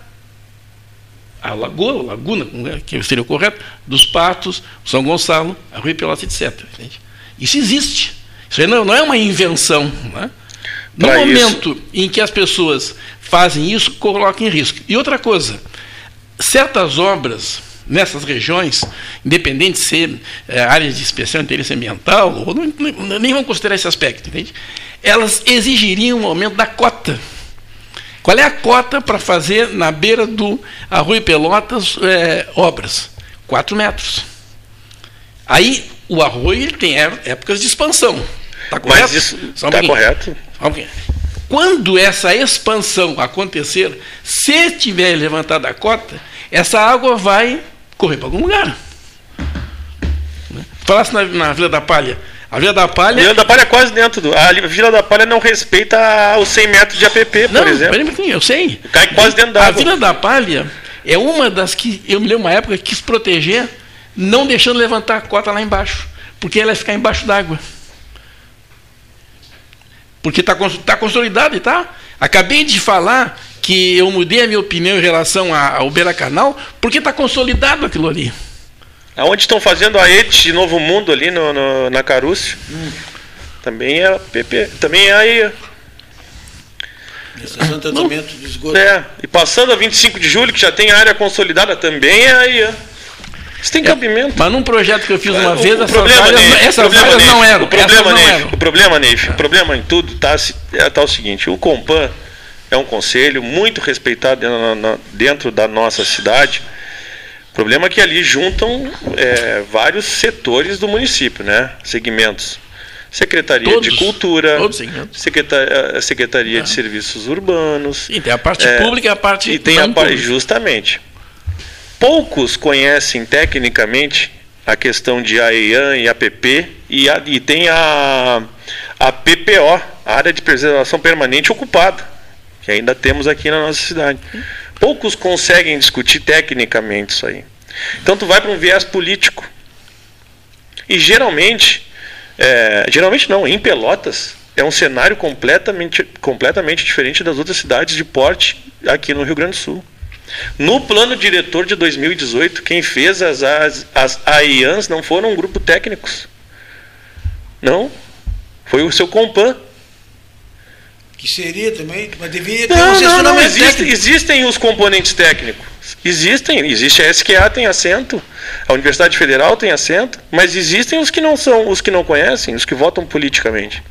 a lagoa, a laguna, né, que seria o correto, dos Patos, São Gonçalo, Arroio Pelotas, etcétera. Entende? Isso existe. Isso aí não, não é uma invenção. Né? No Pra momento em que as pessoas fazem isso, colocam em risco. E outra coisa, certas obras nessas regiões, independente de ser é, áreas de especial interesse ambiental, ou não, não, nem vão considerar esse aspecto, entende? Elas exigiriam um aumento da cota. Qual é a cota para fazer na beira do Arroio Pelotas é, obras? Quatro metros. Aí o arroio ele tem épocas de expansão. Está correto? Mas isso Só um está pouquinho. correto. Só um pouquinho. Quando essa expansão acontecer, se tiver levantada a cota, essa água vai correr para algum lugar. Falasse na, na Vila da Palha. A Vila da Palha. A Vila da Palha é quase dentro do. A Vila da Palha não respeita os cem metros de A P P, por Não, exemplo. peraí um pouquinho, eu sei. Cai quase dentro da A água. Vila da Palha é uma das que, eu me lembro uma época, quis proteger, não deixando levantar a cota lá embaixo, porque ela ia ficar embaixo d'água. Porque está tá consolidado e tá. Acabei de falar que eu mudei a minha opinião em relação ao Beira Canal, porque está consolidado aquilo ali. Aonde estão fazendo a E T de Novo Mundo ali no, no, na Carúcio. Hum. Também é a P P. Também é aí. Estação de tratamento de esgoto. É. E passando a vinte e cinco de julho, que já tem área consolidada, também é aí. Isso tem É, cabimento. mas num projeto que eu fiz uma o, vez, o essas problema, áreas, Neif, essas o problema, áreas não Neif, eram. O problema, essas não Neif, eram. o problema, Neif, o problema em tudo tá, é, tá o seguinte: o Compan é um conselho muito respeitado dentro, na, dentro da nossa cidade. O problema é que ali juntam é, vários setores do município, né? Segmentos. Secretaria Todos, de Cultura, todos segmentos. Secretaria, Secretaria Ah. de Serviços Urbanos. E tem a parte É, pública e a parte E tem não a parte, pública. justamente. Poucos conhecem tecnicamente a questão de A E A N e A P P e, a, e tem a, a P P O, a Área de Preservação Permanente Ocupada, que ainda temos aqui na nossa cidade. Poucos conseguem discutir tecnicamente isso aí. Então tu vai para um viés político. E geralmente, é, geralmente não, em Pelotas, é um cenário completamente, completamente diferente das outras cidades de porte aqui no Rio Grande do Sul. No plano diretor de dois mil e dezoito, quem fez as, as, as A E A Ns não foram um grupo técnicos. Não. Foi o seu Compan. Que seria também, mas deveria ter um Não, não, não. assessoramento Existe, técnico. existem os componentes técnicos. Existem. Existe a S Q A, tem assento. A Universidade Federal tem assento. Mas existem os que não são, os que não conhecem, os que votam politicamente.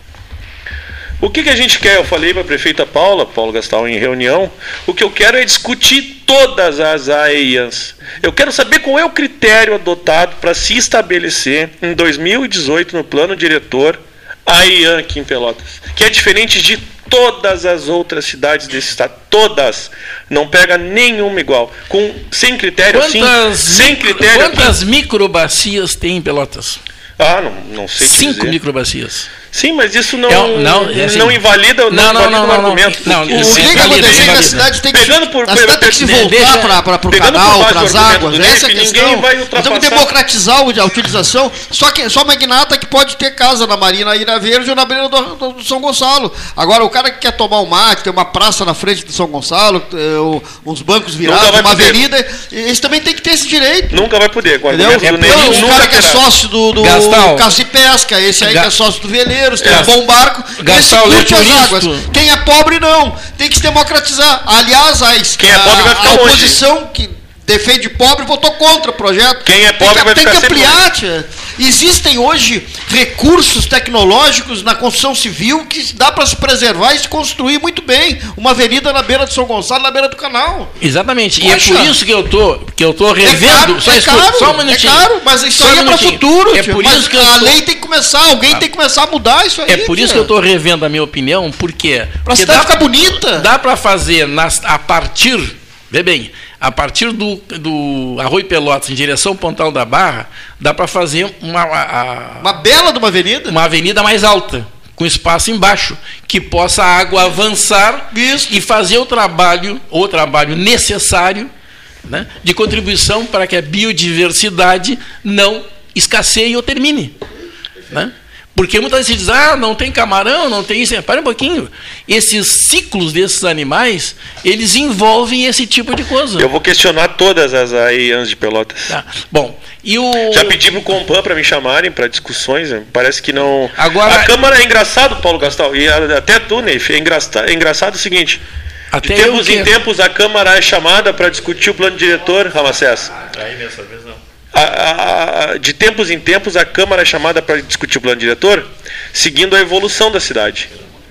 O que, que a gente quer? Eu falei para a prefeita Paula, Paulo Gastal, em reunião, o que eu quero é discutir todas as A E A Ns. Eu quero saber qual é o critério adotado para se estabelecer em dois mil e dezoito no plano diretor A E A N aqui em Pelotas, que é diferente de todas as outras cidades desse estado. Todas. Não pega nenhuma igual. Com, sem critério, Quantas, sim. Sem micro, critério. quantas microbacias tem em Pelotas? Ah, não, não sei te Cinco dizer. microbacias. Sim, mas isso não, É, não, é assim, não invalida, não, não, não, invalida não, o não, argumento. não, porque- não, O Isso que, é que invalida, acontece é que a invalida. cidade tem que, Pegando por- a cidade tem que se deixa- voltar para o pegando canal, por base para do as argumento águas. do Essa é a Neif, questão. ninguém vai Nós temos que ultrapassar. democratizar o- a utilização. Só, que, só magnata que pode ter casa na Marina Ilha Verde ou na beira do, do- do São Gonçalo. Agora, o cara que quer tomar um mate, tem uma praça na frente do São Gonçalo, é, o- uns bancos virados, vai uma poder. avenida, esse também tem que ter esse direito. Nunca vai poder. Com o Entendeu? argumento do Então, Neif, o nunca cara que é terá. sócio do, do Gastal. Caça e Pesca, esse aí Ga- que é sócio do Veleiros, tem Gas- um bom barco, Gastal, esse curte lê as por águas. isto. Quem é pobre, não. Tem que se democratizar. Aliás, a, es- Quem é pobre vai a, ficar a longe. oposição que defende pobre votou contra o projeto. Quem é Tem pobre que, vai tem ficar que sempre ampliar. tia. Existem hoje recursos tecnológicos na construção civil que dá para se preservar e se construir muito bem uma avenida na beira do São Gonçalo, na beira do canal. Exatamente. E Poxa. é por isso que eu tô, que eu tô É revendo. caro, só é escuta, caro, só um minutinho. é caro, mas isso Só aí um é para minutinho. futuro. É tia. por Mas isso que eu a tô- lei tem que começar, alguém tem que começar a mudar isso aí. É por isso que eu estou revendo a minha opinião, porque Pra porque cidade dá- ficar bonita. Dá para fazer nas, a partir, vê bem, a partir do, do Arroio Pelotas em direção ao Pontal da Barra, dá para fazer uma, a- Uma bela de uma avenida. uma avenida mais alta, com espaço embaixo, que possa a água avançar Isso. e fazer o trabalho, o trabalho necessário, né, de contribuição para que a biodiversidade não escasseie ou termine. Né? Porque muitas vezes se diz, ah, não tem camarão, não tem isso. Para um pouquinho. Esses ciclos desses animais, eles envolvem esse tipo de coisa. Eu vou questionar todas as A E A Ns de Pelotas. Tá. Bom, e o... Já pedi pro Compan para me chamarem para discussões, né? Parece que não. Agora- A Câmara é engraçado, Paulo Gastal, e a- até tu, Neif, é engraçado, é engraçado o seguinte: Até de eu tempos que- em tempos a Câmara é chamada para discutir o plano diretor, Ramacés. Aí dessa vez não. A- a- a- de tempos em tempos a Câmara é chamada para discutir o plano diretor, seguindo a evolução da cidade.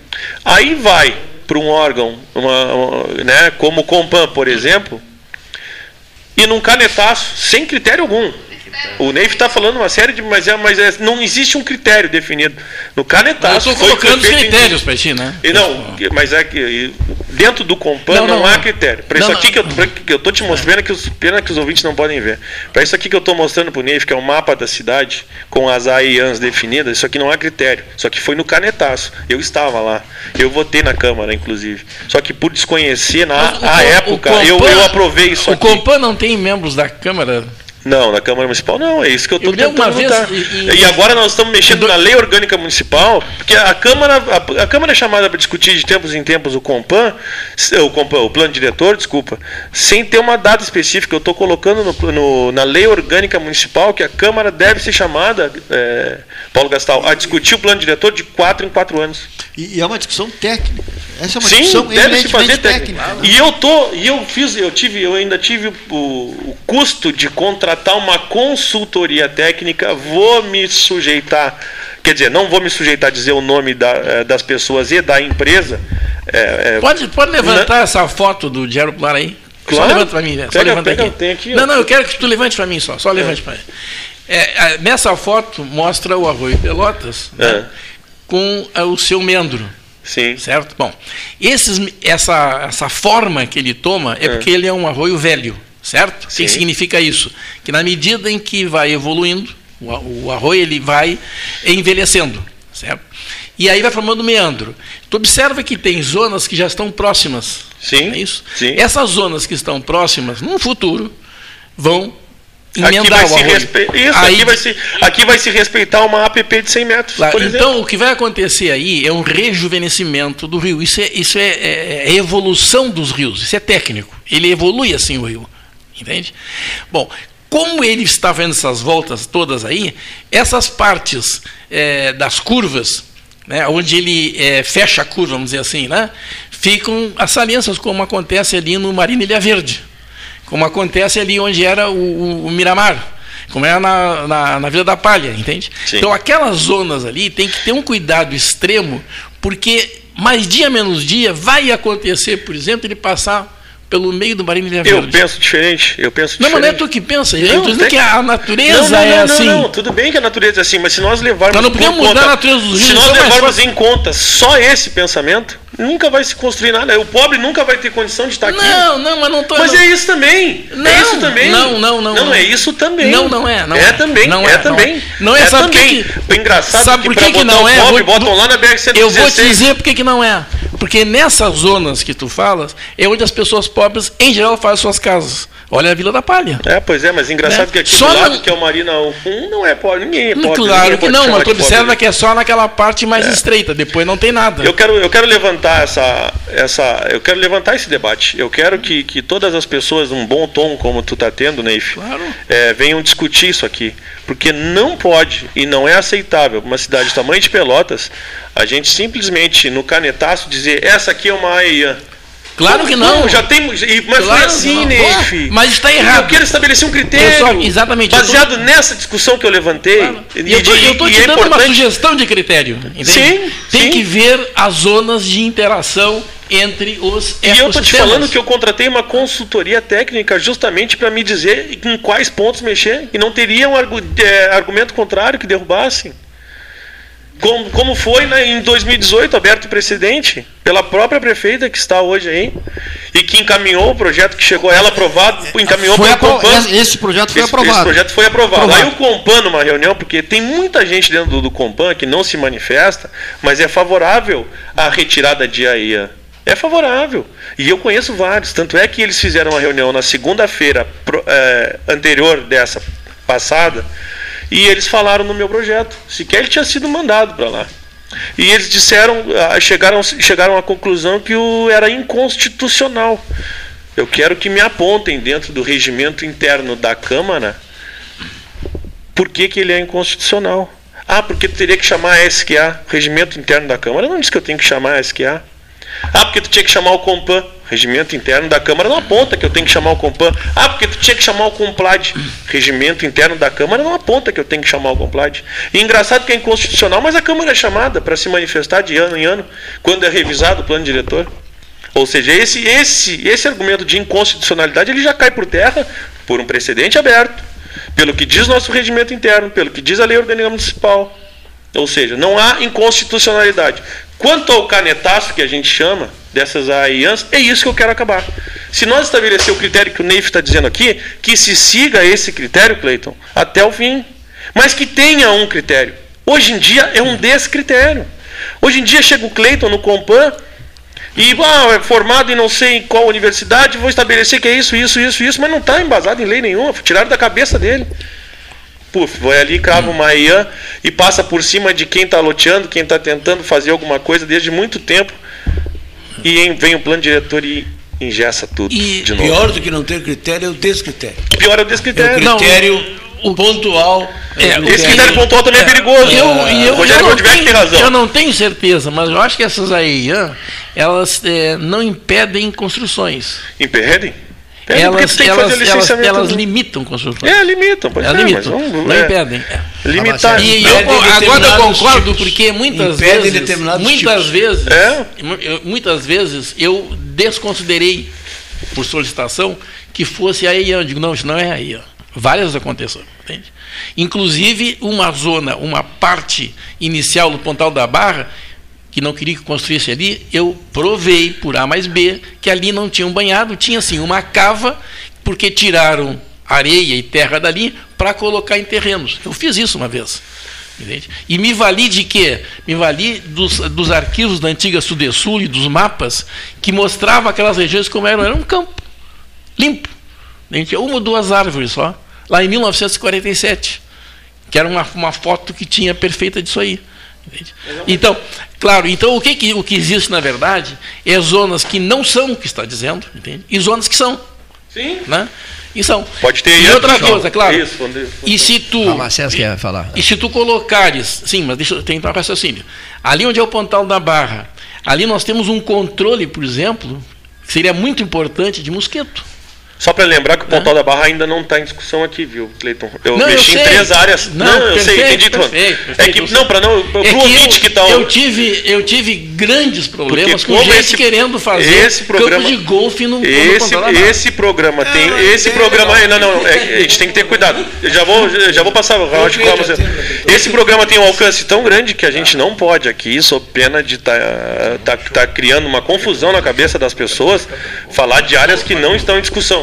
Aí vai para um órgão, uma, uma, né, como o Compan, por exemplo, e num canetaço, sem critério algum. O Neif está falando uma série de... Mas, é, mas é, não existe um critério definido. No canetaço... Eu estou colocando os critérios para ti, né? E não, mas é que dentro do Compan não, não, não há não. critério. Para isso não, aqui que eu, que eu tô te mostrando, que os, pena que os ouvintes não podem ver. Para isso aqui que eu estou mostrando para o Neif, que é um mapa da cidade, com as A e ANs definidas, isso aqui não há critério. Só que foi no canetaço. Eu estava lá. Eu votei na Câmara, inclusive. Só que por desconhecer, na o, a o, época, Compan, eu, eu aprovei isso o aqui. O Compan não tem membros da Câmara... Não, na Câmara Municipal não, é isso que eu estou tentando uma vez, lutar. E, e, e agora nós estamos mexendo na Lei Orgânica Municipal, porque a Câmara, a, a Câmara é chamada para discutir de tempos em tempos o Compan, o, Compan, o plano diretor, desculpa, sem ter uma data específica. Eu estou colocando no, no, na Lei Orgânica Municipal que a Câmara deve ser chamada, é, Paulo Gastal, a discutir o plano diretor de quatro em quatro anos. E, e é uma discussão técnica. Essa é uma Sim, discussão deve se fazer técnica. técnica. E eu tô, e eu fiz, eu tive, eu ainda tive o, o custo de contratar uma consultoria técnica. Vou me sujeitar, quer dizer, não vou me sujeitar a dizer o nome da, das pessoas e da empresa. É, é, pode, pode levantar na... essa foto do Diário Popular aí? Claro. Só levanta para mim, né? Só pega, levanta pega, aqui. Tem aqui. Não, não, eu quero que tu levante para mim só. Só levante é. para mim. É, nessa foto mostra o Arroio Pelotas, né, é. com o seu meandro. Sim. Certo? Bom, esses, essa, essa forma que ele toma é, é. porque ele é um arroio velho, certo? O que significa isso? Que na medida em que vai evoluindo, o, o arroio ele vai envelhecendo, certo? E aí vai formando meandro. Tu observa que tem zonas que já estão próximas. Sim. É isso? Sim. Essas zonas que estão próximas, no futuro, vão Aqui vai, se respe... Isso, aí, aqui, vai se... aqui vai se respeitar uma A P P de cem metros. Claro, por então, o que vai acontecer aí é um rejuvenescimento do rio. Isso é, isso é, é, é evolução dos rios. Isso é técnico. Ele evolui assim o rio. Entende? Bom, como ele está fazendo essas voltas todas aí, essas partes é, das curvas, né, onde ele é, fecha a curva, vamos dizer assim, né, ficam as saliências, como acontece ali no Marina Ilha Verde. Como acontece ali onde era o, o, o Miramar, como era na, na, na Vila da Palha, entende? Sim. Então, aquelas zonas ali tem que ter um cuidado extremo, porque mais dia menos dia vai acontecer, por exemplo, ele passar pelo meio do Marina Ilha Verde. Eu penso diferente, eu penso não, diferente. mas não é tu que pensa, eu estou dizendo tem... que a natureza não, não, não, é não, assim. Não, não, tudo bem que a natureza é assim, mas se nós levarmos nós não podemos mudar conta, a natureza dos rios. se nós levarmos em conta só esse pensamento, nunca vai se construir nada. O pobre nunca vai ter condição de estar aqui. Não, não, mas não estou... Mas não... é isso também. Não, é isso também. Não, não, não. Não, não é isso também. Não, não é. Não é, é também. Não é, é também. Não é, é sabe também. Que... Engraçado sabe por que, que, que não é? Pobre, vou... botam lá na B R cento e dezesseis. Eu vou te dizer por que, que não é. Porque nessas zonas que tu falas, é onde as pessoas pobres, em geral, fazem suas casas. Olha a Vila da Palha. É, pois é, mas engraçado né? que aqui só do lado, não... que é o Marina um, não é pobre, ninguém é pobre. Claro ninguém que não, mas tu observa pobre. que é só naquela parte mais é. estreita, depois não tem nada. Eu quero, eu quero levantar essa, essa, eu quero levantar esse debate. Eu quero que, que todas as pessoas, num bom tom como tu está tendo, Neif, claro. é, venham discutir isso aqui. Porque não pode e não é aceitável para uma cidade do tamanho de Pelotas, a gente simplesmente, no canetaço, dizer, essa aqui é uma A E A. Claro que não. não já tem, mas claro foi assim, Neif. Mas está errado. Eu quero estabelecer um critério só, exatamente, baseado tô... nessa discussão que eu levantei. Claro. E eu estou te é dando importante... uma sugestão de critério. Entende? Sim, tem sim. que ver as zonas de interação entre os ecossistemas. E eu estou te falando que eu contratei uma consultoria técnica justamente para me dizer em quais pontos mexer. E não teria um argu é, argumento contrário que derrubassem. Como, como foi né, em dois mil e dezoito, aberto precedente pela própria prefeita que está hoje aí e que encaminhou o projeto que chegou a ela aprovado, encaminhou para o Compan. Esse projeto foi esse, aprovado. Esse projeto foi aprovado. aprovado. Aí o Compan, numa reunião, porque tem muita gente dentro do, do Compan que não se manifesta, mas é favorável à retirada de A E A. É favorável. E eu conheço vários. Tanto é que eles fizeram uma reunião na segunda-feira é, anterior dessa passada. E eles falaram no meu projeto. Sequer ele tinha sido mandado para lá. E eles disseram, chegaram, chegaram à conclusão que o era inconstitucional. Eu quero que me apontem dentro do regimento interno da Câmara por que, que ele é inconstitucional. Ah, porque tu teria que chamar a S Q A, regimento interno da Câmara. Não disse que eu tenho que chamar a S Q A. Ah, porque tu tinha que chamar o Compan. Regimento interno da Câmara não aponta que eu tenho que chamar o Compan. Ah, porque tu tinha que chamar o Complad. Regimento interno da Câmara não aponta que eu tenho que chamar o Complad. E engraçado que é inconstitucional, mas a Câmara é chamada para se manifestar de ano em ano, quando é revisado o plano diretor. Ou seja, esse, esse, esse argumento de inconstitucionalidade ele já cai por terra por um precedente aberto pelo que diz nosso regimento interno, pelo que diz a lei orgânica municipal. Ou seja, não há inconstitucionalidade. Quanto ao canetaço que a gente chama dessas A I As, é isso que eu quero acabar. Se nós estabelecer o critério que o Neif está dizendo aqui, que se siga esse critério, Cleiton, até o fim. Mas que tenha um critério. Hoje em dia é um descritério. Hoje em dia chega o Cleiton no Compan e ah, é formado em não sei em qual universidade, vou estabelecer que é isso, isso, isso, isso, mas não está embasado em lei nenhuma, tiraram da cabeça dele. Puf, vai ali, crava uma A I A e passa por cima de quem está loteando, quem está tentando fazer alguma coisa desde muito tempo, e vem o plano diretor e engessa tudo e de novo. Pior do que não ter critério é o descritério. Pior é o descritério. É o critério não, pontual. É, é o esse critério pontual também é, é perigoso. Eu, eu, o Rogério Goldberg tem razão. Eu não tenho certeza, mas eu acho que essas A I A, elas é, não impedem construções. Impedem? Elas, elas, elas, elas limitam construções. É, limitam. Pode elas ser, limitam, mas vamos, não é. impedem. Limitar. E eu, agora eu concordo, porque muitas impedem vezes, muitas tipos. vezes, é? muitas vezes eu desconsiderei, por solicitação, que fosse a I A. Eu digo, não, isso não é a I A. Várias aconteceram, entende? Inclusive, uma zona, uma parte inicial do Pontal da Barra, que não queria que construísse ali, eu provei por A mais B que ali não tinham banhado, tinha sim uma cava, porque tiraram areia e terra dali para colocar em terrenos. Eu fiz isso uma vez. Entende? E me vali de quê? Me vali dos, dos arquivos da antiga Sudesul e dos mapas que mostravam aquelas regiões como eram. Era um campo limpo. Entende? Uma ou duas árvores só, lá em mil novecentos e quarenta e sete, que era uma, uma foto que tinha perfeita disso aí. Entende? Então, claro, então o que, que, o que existe, na verdade, é zonas que não são o que está dizendo, entende? E zonas que são. Sim. Né? E são. Pode ter. E outra coisa, claro. Isso, quando... E se tu. A Macés quer falar. E se tu colocares. Sim, mas deixa eu tentar um raciocínio. Ali onde é o Pontal da Barra, ali nós temos um controle, por exemplo, que seria muito importante de mosquito. Só para lembrar que o Pontal da Barra ainda não está em discussão aqui, viu, Cleiton? Eu não, mexi eu em três áreas. Não, não eu perfeito, sei, entendi. Perfeito, perfeito, é que, não, para não. Para o é ouvinte que está. Eu tive, eu tive grandes problemas com gente esse, querendo fazer esse programa, campo de golfe no, esse, no Pontal da Barra. Esse programa tem. Ah, esse é, programa. Não, não, não é, a gente tem que ter cuidado. Eu já vou, já vou passar. Eu de como, esse programa tem um alcance tão grande que a gente não pode aqui, sob pena de estar tá, tá, tá criando uma confusão na cabeça das pessoas, falar de áreas que não estão em discussão.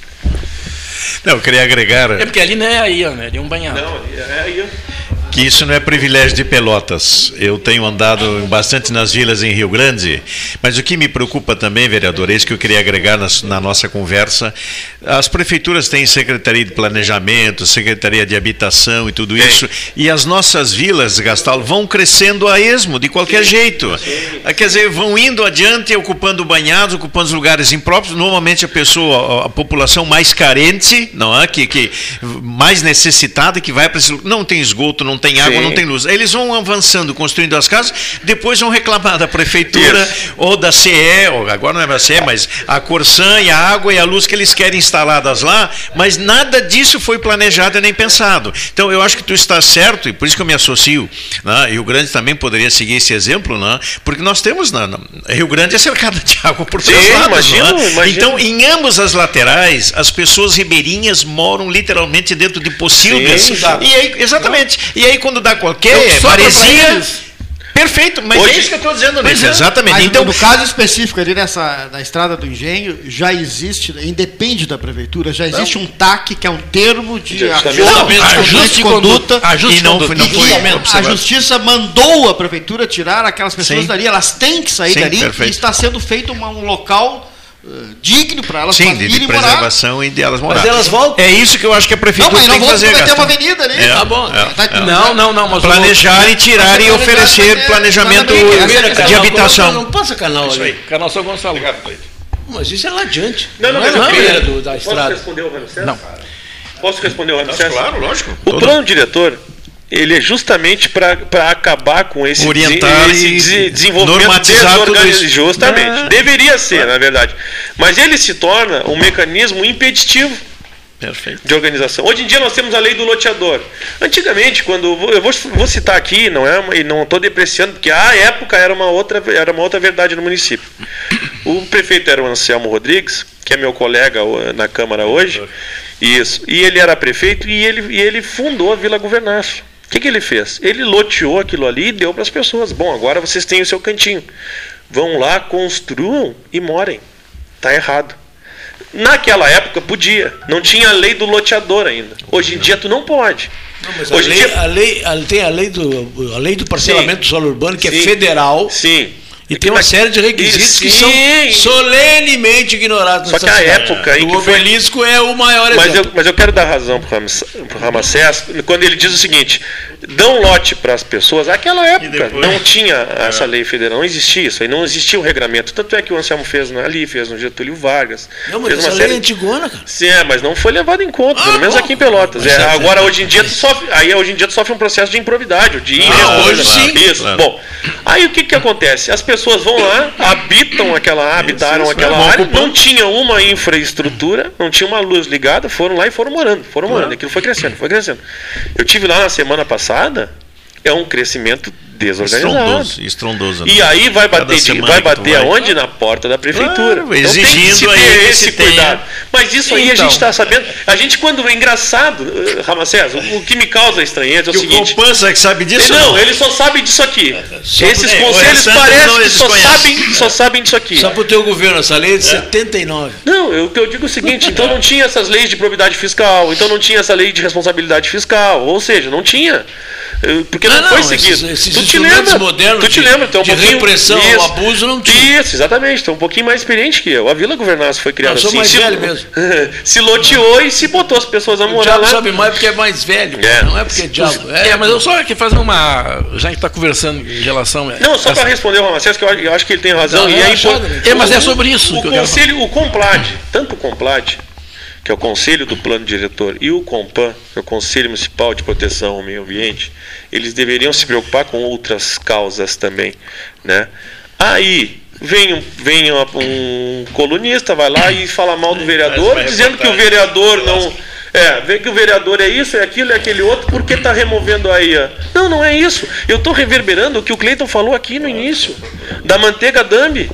Não, eu queria agregar... É porque ali não é aí, né? Ali é um banhado. Não, é aí. Que isso não é privilégio de Pelotas. Eu tenho andado bastante nas vilas em Rio Grande, mas o que me preocupa também, vereador, é isso que eu queria agregar na, na nossa conversa. As prefeituras têm Secretaria de Planejamento, Secretaria de Habitação e tudo isso, e as nossas vilas, Gastal, vão crescendo a esmo, de qualquer sim, jeito. Sim. Quer dizer, vão indo adiante, ocupando banhados, ocupando os lugares impróprios. Normalmente a pessoa, a, a população mais carente, não é? Que, que mais necessitada, que vai para esse lugar, não tem esgoto, não tem água, sim, não tem luz. Eles vão avançando, construindo as casas, depois vão reclamar da prefeitura isso. ou da C E, ou agora não é da C E, mas a Corsan e a água e a luz que eles querem instaladas lá, mas nada disso foi planejado e nem pensado. Então eu acho que tu está certo, e por isso que eu me associo, né? Rio Grande também poderia seguir esse exemplo, né? Porque nós temos, na, na, Rio Grande é cercada de água por todos os lados. Imagino, né? imagino. Então, em ambas as laterais, as pessoas ribeirinhas moram literalmente dentro de pocilgas. Sim, e aí, exatamente. Não. E aí, quando dá qualquer maresia, perfeito, mas hoje, é isso que eu estou dizendo, né? É. Exatamente. Mas então, no caso específico ali nessa, na estrada do Engenho, já existe, independe da prefeitura, já existe não. um T A C, que é um termo de ajuste de conduta, ajuste e não, não foi, a justiça mandou a prefeitura tirar aquelas pessoas sim. dali, elas têm que sair sim, dali, perfeito. E está sendo feito uma, um local Uh, digno para elas sim, de, de preservação morar. E de elas morar. Mas elas voltam. É isso que eu acho que a prefeitura não, tem que fazer. Não, vai ter uma avenida ali. É, tá bom. É, tá, é. Não, não, não. Mas planejar e tirar e oferecer é, planejamento de canal, habitação. Não passa canal ali. Canal São Gonçalo. Mas isso é lá adiante. Não, não, não, não, é não é do, da estrada. Posso responder o Ramsés? Não. Posso responder o Ramsés? Claro, lógico. O plano diretor, ele é justamente para acabar com esse, orientar esse e desenvolvimento desorganizado. Justamente. Ah. Deveria ser, ah. na verdade. Mas ele se torna um mecanismo impeditivo. Perfeito. De organização. Hoje em dia nós temos a lei do loteador. Antigamente, quando eu vou, vou citar aqui, não é, uma, e não estou depreciando, porque a época era uma outra, era uma outra verdade no município. O prefeito era o Anselmo Rodrigues, que é meu colega na Câmara hoje. Isso. E ele era prefeito e ele, e ele fundou a Vila Governaço. O que, que ele fez? Ele loteou aquilo ali e deu para as pessoas. Bom, agora vocês têm o seu cantinho. Vão lá, construam e morem. Está errado. Naquela época podia. Não tinha a lei do loteador ainda. Hoje em dia tu não pode. Não, mas Hoje a, lei, dia... a, lei, a, tem a lei do, a lei do parcelamento do solo urbano, que Sim. é federal. Sim. E tem uma série de requisitos Sim. que são solenemente ignorados. Só que a época em o que foi... obelisco é o maior mas exemplo. eu, mas eu quero dar razão para o Ramacés quando ele diz o seguinte: dão lote para as pessoas. Naquela época depois... não tinha é. essa lei federal, não existia isso aí, não existia o regramento. Tanto é que o Anselmo fez ali, fez no Getúlio Vargas. Não, mas fez essa uma lei série... é antigona, cara. Sim, é, mas não foi levado em conta, Ah, pelo menos bom. aqui em Pelotas. É, agora, hoje em dia, tu sofre, aí, hoje em dia tu sofre um processo de improvidade, de Ah, hoje sim. Isso. Claro. Bom, aí o que, que acontece? As pessoas vão lá, habitam aquela, habitaram isso, aquela vão área, ocupando. não tinha uma infraestrutura, não tinha uma luz ligada, foram lá e foram morando, foram morando. Aquilo foi crescendo, foi crescendo. Eu tive lá na semana passada, é um crescimento desorganizado. Estrondoso, estrondoso. E né? aí vai Cada bater, de, semana vai que tu bater vai- aonde? Na porta da prefeitura. Claro, Então tem que exigindo se aí ter que esse se tenha- cuidado. Mas isso aí a Então. gente está sabendo. A gente, quando é engraçado, eh, Ramacés, o, o que me causa estranheza é o Que o seguinte. Compança que sabe disso? Ele, não, ele só sabe disso aqui. Esses É, o conselhos restante parecem não, que eles só conhecem. sabem, só sabem disso aqui. Só para o teu governo, essa lei é de setenta e nove. Não, eu- o que eu digo é o seguinte, então não tinha essas leis de probidade fiscal, então não tinha essa lei de responsabilidade fiscal, ou seja, não tinha. eh, Porque não, Não, foi não, seguido. esses- esses tu te instrumentos lembra? modernos tu te de- lembra? Tu é um de pouquinho- repressão ao abuso não tinha. Isso, exatamente. Tu é um pouquinho mais experiente que eu. A Vila Governaço foi criada Eu sou assim. mais se, velho mesmo. se loteou e se botou as pessoas a O morar diabo lá. sabe mais porque é mais velho. É. Não é porque é diabo. É, mas eu só aqui fazer uma. Já que está conversando em relação. a- Não, só essa- para responder o Ramacés, que eu, eu acho que ele tem razão. Não, e aí, relaxado, pô, né? É, mas é o- sobre isso O que eu quero conselho, o Complad, tanto o Complad, que é o Conselho do Plano Diretor, e o Compan, que é o Conselho Municipal de Proteção ao Meio Ambiente, eles deveriam se preocupar com outras causas também, né? Aí vem um, vem um, um colunista, vai lá e fala mal do vereador, uma dizendo que o reportagem. vereador não... É, vê que o vereador é isso, é aquilo, é aquele outro, por que está removendo aí? a- Não, não é isso. Eu estou reverberando o que o Cleiton falou aqui no início, da manteiga Dambi.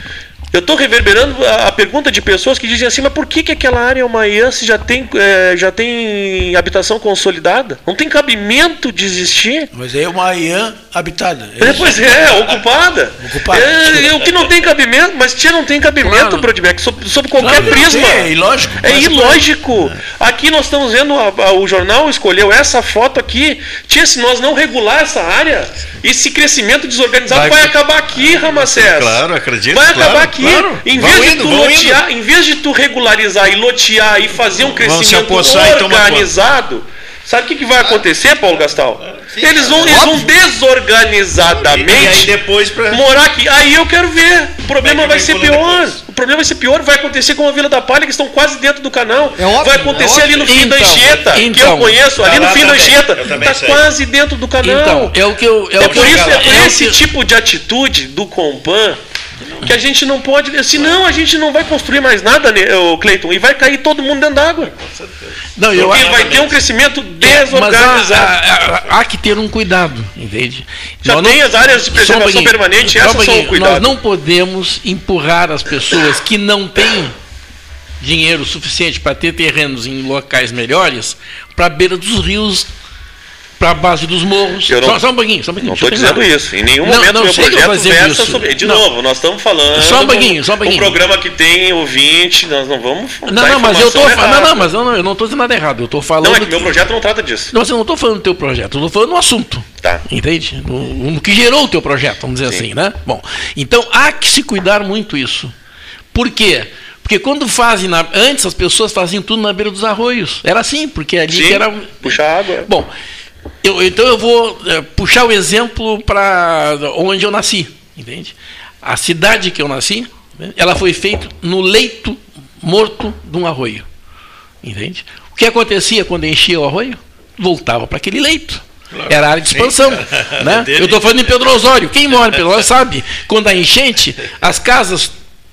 Eu estou reverberando a, a pergunta de pessoas que dizem assim, mas por que, que aquela área é uma I A S se já tem, é, já tem habitação consolidada? Não tem cabimento de existir? Mas aí é uma I A habitada. É, pois é, ocupada. Ocupada. É, o que não tem cabimento, mas tia não tem cabimento, Claro. Brodbeck, sob, sob qualquer Não, prisma. É ilógico. É Mas- ilógico. Aqui nós estamos vendo, a- a- o jornal escolheu essa foto aqui. Tia, se nós não regular essa área, esse crescimento desorganizado vai, Vai- acabar aqui, Ramacés. Claro, acredito. Vai claro, acabar aqui. claro. Em Vão vez, de indo, tu vão lotear, em vez de tu regularizar e lotear e fazer um se crescimento apossar e tomar organizado, sabe o que, que vai acontecer, Paulo Gastal? Eles vão, eles vão desorganizadamente E aí depois pra... morar aqui. Aí eu quero ver. O problema Vai vai que ser vem pior. depois. O problema vai ser pior. Vai acontecer com a Vila da Palha, que estão quase dentro do canal. É óbvio, vai acontecer é ali no óbvio. fim da Então, Anchieta, que eu então. conheço, ali Tá no lá fim da também, Anchieta. eu também Está sei. quase dentro do canal. Então, é o que eu. É o por que eu- isso, é por o esse que- tipo de atitude do Compan que a gente não pode. Senão a gente não vai construir mais nada, né, ô, Cleiton, e vai cair todo mundo dentro d'água. Não, eu Porque acho. vai ter um crescimento Mas há, desorganizado. há- há- há que ter um cuidado, entende? Já Nós não- tem as áreas de Só um preservação pouquinho, permanente, só um essas são o pouquinho. cuidado. Nós não podemos empurrar as pessoas que não têm dinheiro suficiente para ter terrenos em locais melhores para a beira dos rios, para a base dos morros. Eu não- só, só um pouquinho, só um pouquinho. Não estou deixa eu dizendo terminar. isso. Em nenhum Não, momento não meu sei que eu projeto tô dizendo versa isso. sobre. De Não. novo, nós estamos falando. Só um pouquinho, só um pouquinho. Um programa que tem ouvinte, nós não vamos. Não, dar não, mas eu informação tô errada. falando, não, mas eu não, eu não estou dizendo nada errado. Eu estou falando. Não, é que que- meu projeto não trata disso. Não, mas eu não estou falando do teu projeto, eu estou falando do assunto. Tá. Entende? No, no que gerou o teu projeto, vamos dizer Sim. assim, né? Bom, então há que se cuidar muito isso. Por quê? Porque quando fazem, na- antes as pessoas faziam tudo na beira dos arroios. Era assim, porque ali Sim, que era. puxar água. Bom, eu- então eu vou eh, puxar o exemplo para onde eu nasci, entende? A cidade que eu nasci, né, ela foi feita no leito morto de um arroio, entende? O que acontecia quando enchia o arroio? Voltava para aquele leito. Era área de expansão. Né? Dele. Eu estou falando em Pedro Osório. Quem mora em Pedro Osório sabe, quando a enchente, as casas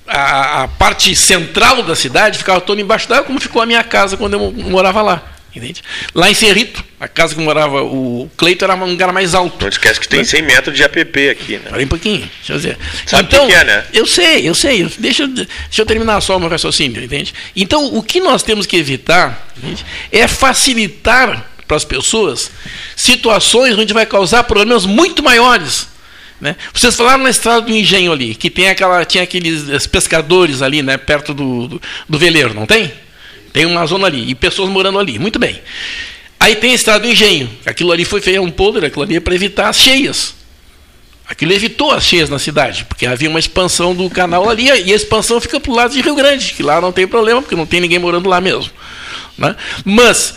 a, a parte central da cidade ficava toda embaixo d'água, como ficou a minha casa quando eu morava lá. Entende? Lá em Cerrito, a casa que morava o Cleito era um lugar mais alto. Não esquece que tem cem metros de A P P aqui, né? Olha um pouquinho, deixa eu dizer. Sabe então, o que é, né? Eu sei, eu sei. Deixa, deixa eu terminar só o meu raciocínio, entende? Então, o que nós temos que evitar, entende, é facilitar para as pessoas situações onde vai causar problemas muito maiores. Né? Vocês falaram na estrada do Engenho ali, que tem aquela, tinha aqueles pescadores ali, né, perto do, do, do veleiro, não tem? Tem uma zona ali, e pessoas morando ali, muito bem. Aí tem a estrada do Engenho, aquilo ali foi feito um polder, aquilo ali é para evitar as cheias. Aquilo evitou as cheias na cidade, porque havia uma expansão do canal ali, e a expansão fica para o lado de Rio Grande, que lá não tem problema, porque não tem ninguém morando lá mesmo. Né? Mas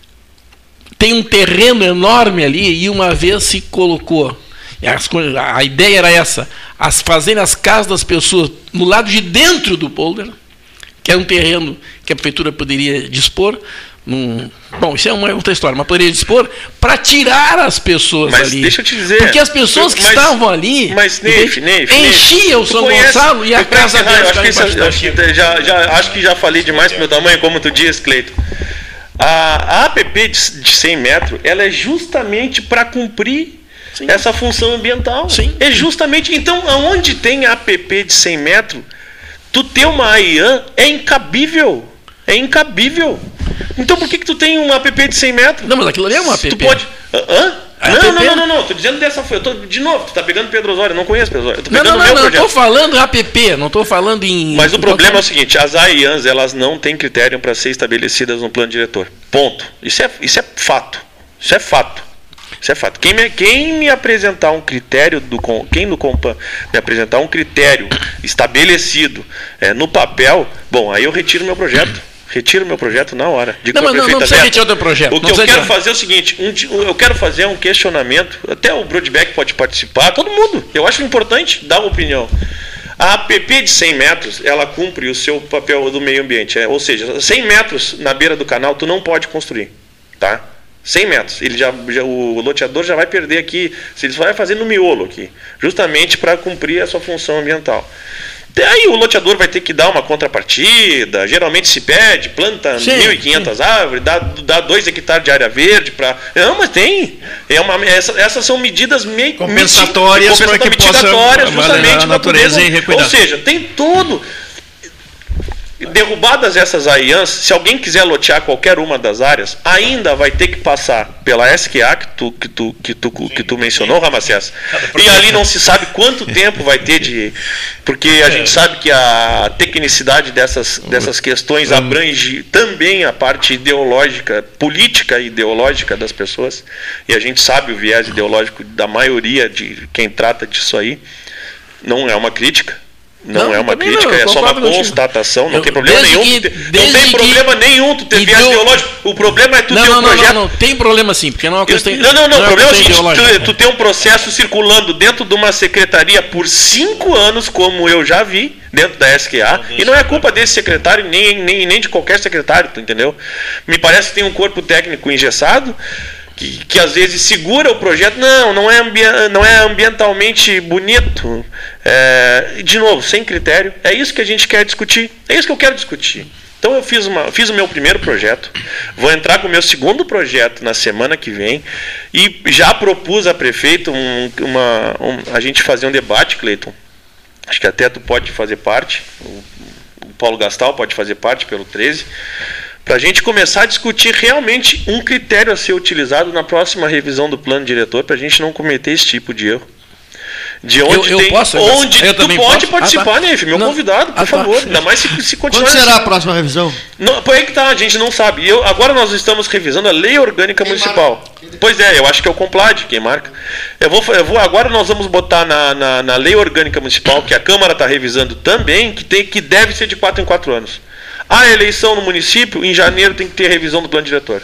tem um terreno enorme ali, e uma vez se colocou, as, a ideia era essa, as fazerem as casas das pessoas no lado de dentro do polder, que é um terreno que a prefeitura poderia dispor, num, bom, isso é uma outra história, mas poderia dispor para tirar as pessoas mas ali. Deixa eu te dizer. Porque as pessoas que mas, estavam ali mas, Neif, Neif, enchiam o São conhece, Gonçalo e a casa deles. deles. Acho, que, isso, acho, que já, já, acho que já falei demais pro meu tamanho, como tu diz, Cleito. A, a A P P de, de cem metros, ela é justamente para cumprir Sim. essa função ambiental. Sim. É justamente. Então, aonde tem a A P P de cem metros, tu ter uma AIAN é incabível. É incabível. Então por que, que tu tem uma A P P de cem metros? Não, mas aquilo ali é uma A P P. Tu pode. Hã? A não, APP... não, não, não, não. Tô dizendo dessa folha. Tô, de novo, tu tá pegando Pedro Osório. Eu não conheço Pedro Osório. Eu tô não, pegando não, o meu não, projeto. Não, estou falando A P P, não estou falando em. Mas o problema é o seguinte: as AIANs, elas não têm critério para ser estabelecidas no plano diretor. Ponto. Isso é, isso é fato. Isso é fato. Isso é fato. Quem me, quem me apresentar um critério do quem do Compan me apresentar um critério estabelecido é, no papel, bom, aí eu retiro meu projeto. Retiro meu projeto na hora. Digo não, mas não, não precisa retirar o teu projeto. O que eu quero fazer é o seguinte: um, eu quero fazer um questionamento. Até o Brodbeck pode participar. Todo mundo. Eu acho importante dar uma opinião. A A P P de cem metros, ela cumpre o seu papel do meio ambiente. É, ou seja, cem metros na beira do canal, tu não pode construir. Tá? cem metros. Ele já, já, o loteador já vai perder aqui, se ele vai fazer no miolo aqui, justamente para cumprir a sua função ambiental. Aí o loteador vai ter que dar uma contrapartida, geralmente se pede, planta sim, mil e quinhentas sim. árvores, dá, dá dois hectares de área verde para. Não, mas tem. É uma, essa, essas são medidas meio compensatórias para que mitigatórias, justamente a natureza poder, e recuidar. Ou seja, tem todo. Derrubadas essas AIANs, se alguém quiser lotear qualquer uma das áreas, ainda vai ter que passar pela S Q A que tu, que tu, que tu, que tu mencionou, Ramacés. E ali não se sabe quanto tempo vai ter de... Porque a gente sabe que a tecnicidade dessas, dessas questões abrange também a parte ideológica, política e ideológica das pessoas. E a gente sabe o viés ideológico da maioria de quem trata disso aí. Não é uma crítica. Não, não é uma crítica, não, é só uma constatação, não eu, tem problema nenhum. Que, tu, não tem problema que, nenhum tu ter viés ideológico. O problema é tu não, ter um não, projeto. Não, não, tem problema sim, porque não é uma questão. Não, não, não, não o problema é o seguinte: tu, tu tem um processo circulando dentro de uma secretaria por cinco anos, como eu já vi, dentro da S Q A, e não é culpa desse secretário, nem, nem, nem de qualquer secretário, tu entendeu? Me parece que tem um corpo técnico engessado. Que, que às vezes segura o projeto, não, não é, ambi não é ambientalmente bonito, é, de novo, sem critério, é isso que a gente quer discutir, é isso que eu quero discutir. Então eu fiz, uma, fiz o meu primeiro projeto, vou entrar com o meu segundo projeto na semana que vem, e já propus a prefeito um, uma, um, a gente fazer um debate, Cleiton, acho que até tu pode fazer parte, o, o Paulo Gastal pode fazer parte pelo treze, para a gente começar a discutir realmente um critério a ser utilizado na próxima revisão do plano diretor, para a gente não cometer esse tipo de erro. De onde eu, eu tem, posso, onde eu tu pode posso? participar, ah, tá. Neif, meu não. convidado, por ah, favor. Tá. Ainda mais se, se continuar. Quando será assim. a próxima revisão? Não, por aí que tá, a gente não sabe. Eu, agora nós estamos revisando a lei orgânica quem municipal. Marca? Pois é, eu acho que é o Complad quem marca. Eu vou, eu vou, agora nós vamos botar na, na, na lei orgânica municipal, que a Câmara está revisando também, que, tem, que deve ser de quatro em quatro anos. A eleição no município, em janeiro, tem que ter revisão do plano diretor.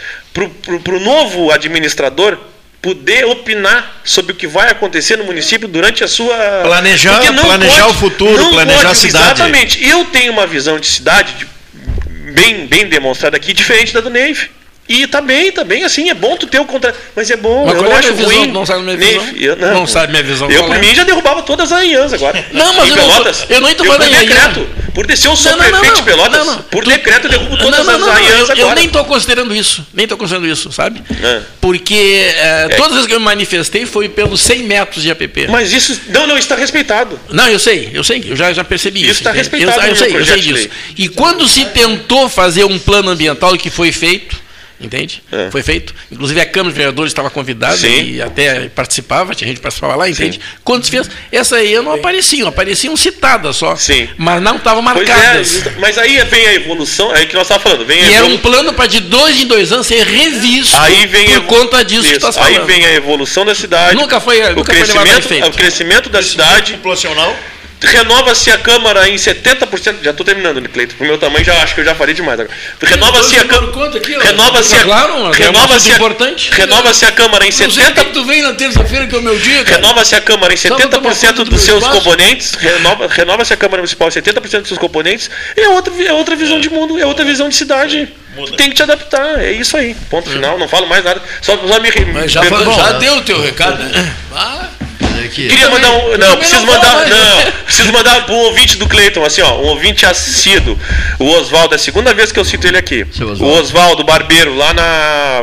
Para o novo administrador poder opinar sobre o que vai acontecer no município durante a sua... Planejar, planejar pode, o futuro, planejar pode, a cidade. Exatamente. Eu tenho uma visão de cidade de, bem, bem demonstrada aqui, diferente da do Neif. E tá bem, tá bem, assim, é bom tu ter o contrato. Mas é bom, Mas eu qual não é a acho minha visão? ruim. Não sabe minha Nem- visão? eu- não. Não sabe minha visão. Eu, qual por é? mim, já derrubava todas as AIANs agora. Não, mas em eu não Pelotas. sou- eu não tô eu falando por em AIAN. decreto. Por, se eu sou Não, não, prefeito não, de Pelotas, não, não. por Tu- decreto eu derrubo Não, todas não, as não, não, AIANs eu, eu agora. nem estou considerando isso. Nem estou considerando isso, sabe? É. Porque é, todas as vezes que eu me manifestei foi pelos cem metros de A P P. Mas isso. Não, não, isso está respeitado. Não, eu sei, eu sei, eu já, já percebi isso. Isso tá entende? respeitado eu, eu no sei, eu sei projeto de disso. lei. E quando se tentou fazer um plano ambiental que foi feito, entende? É. Foi feito. Inclusive a Câmara de Vereadores estava convidada Sim. e até participava, tinha gente que participava lá, entende? Sim. Quando se fez, essa aí não apareciam, apareciam citadas só. Sim. Mas não estavam Pois marcadas. é, justa- mas aí vem a evolução, é o que nós estávamos falando. Vem a E era um evolu- plano para de dois em dois anos ser revisto Aí vem por evo- conta disso que isso, tu estás aí falando. vem a evolução da cidade. Nunca foi- o nunca foi levado a crescimento, efeito. o crescimento da cidade. Populacional. Renova-se a Câmara em setenta por cento. Já estou terminando, Cleiton. Pro meu tamanho, já acho que eu já falei demais agora. Renova-se a Câmara. Renova-se a Claro, mas é um Renova-se assunto a importante. Renova-se a Câmara em Não sei setenta que tu vem na terça-feira, que é o meu dia, cara. Renova-se a Câmara em Só pra setenta por tomar cento conta do dos meu seus espaço. componentes, renova- renova-se a Câmara Municipal em setenta por cento dos seus componentes, é outra, vi- é outra visão de mundo, é outra visão de cidade. Tu tem que te adaptar, é isso aí. Ponto final, não falo mais nada. Só, só me. Mas já, me- já deu o teu recado, né? Ah, Aqui. Queria mandar um. Não, também preciso não mandar. falo mais, Não, né? preciso mandar para um ouvinte do Cleiton, assim, ó, um ouvinte assíduo. O Oswaldo, é a segunda vez que eu cito ele aqui. Seu O Oswaldo. Oswaldo Barbeiro, lá na.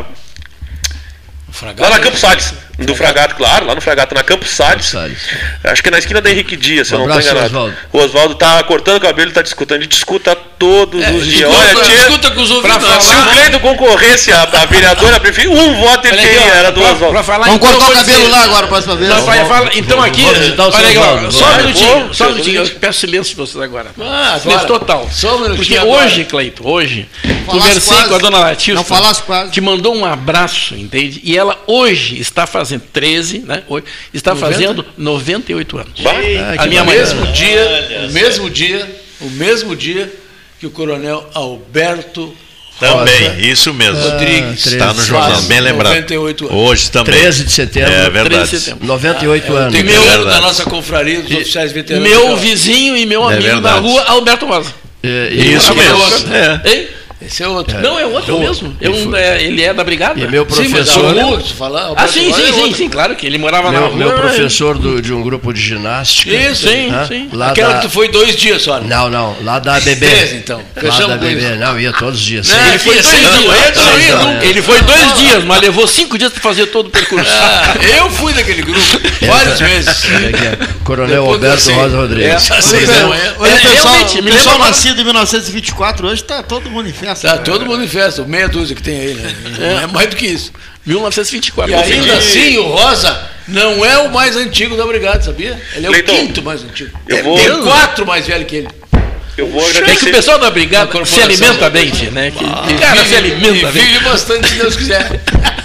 Lá na Campos Salles. Do Fragato, claro, lá no Fragato, na Campos Salles. Salles. Acho que é na esquina da Henrique Dias, se Um eu não estou abraço, enganado. Oswaldo. O Oswaldo tá cortando o cabelo, tá discutando. A gente escuta todos É, os dias. escuta, Olha, tia, escuta com os ouvidos. pra se o Cleiton concorresse a, a vereadora, prefiro um voto ele Olha aqui, teria, ó, era do pra- Oswaldo. pra falar, Vamos então, cortar eu o vou cabelo dizer- lá agora, a próxima vez. Não, vai, fala, então aqui, vou visitar o seu olha aí, ó, Oswaldo. só um Vai, minutinho, vou, só um seu minutinho, eu Oswaldo. peço silêncio de vocês agora. Ah, Silêncio agora. total. Só um minutinho Porque agora. hoje, Cleito, hoje, Falasse conversei quase. com a dona Latifah. Não falasse quase. Te mandou um abraço, entende? E ela hoje está fazendo treze, né? Hoje, está noventa? fazendo noventa e oito anos. Bah, Ah, A que minha O mãe. mesmo dia, o mesmo dia, o mesmo dia que o coronel Alberto Também, Rosa isso mesmo. Rodrigues treze. Está no jornal, faz bem lembrado. noventa e oito anos. Hoje também. treze de setembro. É verdade. treze de setembro. noventa e oito É o anos. decreto Verdade. da nossa confraria dos oficiais veteranos. Meu de vizinho e meu É amigo da verdade. rua, Alberto Rosa. É, e Isso meu- mesmo. É. Hein? Esse é outro. Não, é outro Rua. mesmo. É E um, foi- é, ele é da brigada. E meu Sim, mas professor. a rua, se falar, Ah, Alberto sim, Rosa sim, é sim, outro. sim, claro que ele morava na Meu, rua. meu professor do- de um grupo de ginástica. Isso, Sim, né? sim. Lá Aquela da... que tu foi dois dias só. né? Não, não, lá da B B. Treze, então. Lá Fechamos da com B B. isso. Não, ia todos os dias. Não, sim. Ele foi Ia dois ser, não, dias. ia, não ia nunca. Ele foi dois dias, mas levou cinco dias para fazer todo o percurso. Ah, eu fui daquele grupo várias vezes. Olha aqui, ó. Coronel Depois Alberto você- Rosa Rodrigues. É, Pois não, é. é- Olha, É, o pessoal, realmente, o me pessoal lembra- nascido em mil novecentos e vinte e quatro hoje está todo mundo em festa. Tá, todo mundo em festa, meia dúzia que tem aí, né? Não é mais do que isso. mil novecentos e vinte e quatro. E ainda Consegui- assim, o Rosa não é o mais antigo da brigada, sabia? Ele é Cleiton, o quinto mais antigo. eu É, vou- Tem quatro mais velho que ele. Eu vou É que o agradecer. pessoal da brigada Uma se corporação. alimenta bem, né? Que, E o cara vive- se alimenta e bem. vive bastante, se Deus quiser.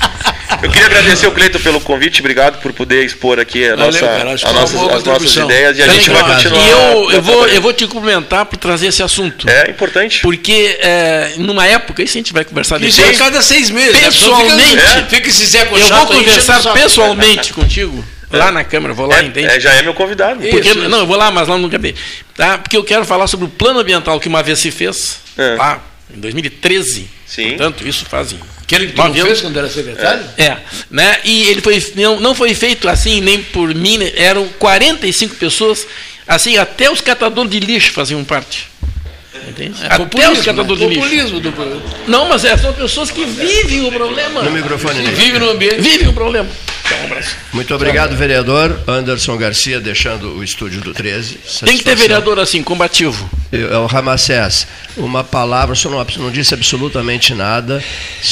Eu queria agradecer o Cleiton pelo convite, obrigado por poder expor aqui a Valeu, nossa, cara, acho a que foi uma nossas, boa as nossas contribuição. ideias e a Tá gente legal. vai continuar. E eu, eu, vou, trabalhando. eu vou te cumprimentar por trazer esse assunto. É importante. Porque é, numa época, isso a gente vai conversar Isso é a depois. cada seis meses. né? A pessoa Pessoalmente. Fica, fica esse Zé Eu vou chato aí, enchendo o conversar saco. pessoalmente contigo, lá na Câmara, vou lá, entende? É, é, já é meu convidado. Porque, Isso, isso. não, eu vou lá, mas lá no gabinete. Tá? Porque eu quero falar sobre o plano ambiental que uma vez se fez, É. lá em dois mil e treze. Sim. Portanto, isso fazem. Aquele que tu não nove anos. fez quando era secretário? É, né? E ele foi não, não foi feito assim nem por mim, né? Eram quarenta e cinco pessoas, assim, até os catadores de lixo faziam parte. Entende? É até populismo, os catadores né? de lixo. Populismo do Não, mas é, são pessoas que vivem o problema. No microfone. que Ney. vive no ambiente. Vivem o problema. Então, um abraço. Muito obrigado, vereador Anderson Garcia, deixando o estúdio do treze. Tem que ter Satisfação. vereador assim, combativo. É o Ramacés, uma palavra, o senhor não, não disse absolutamente nada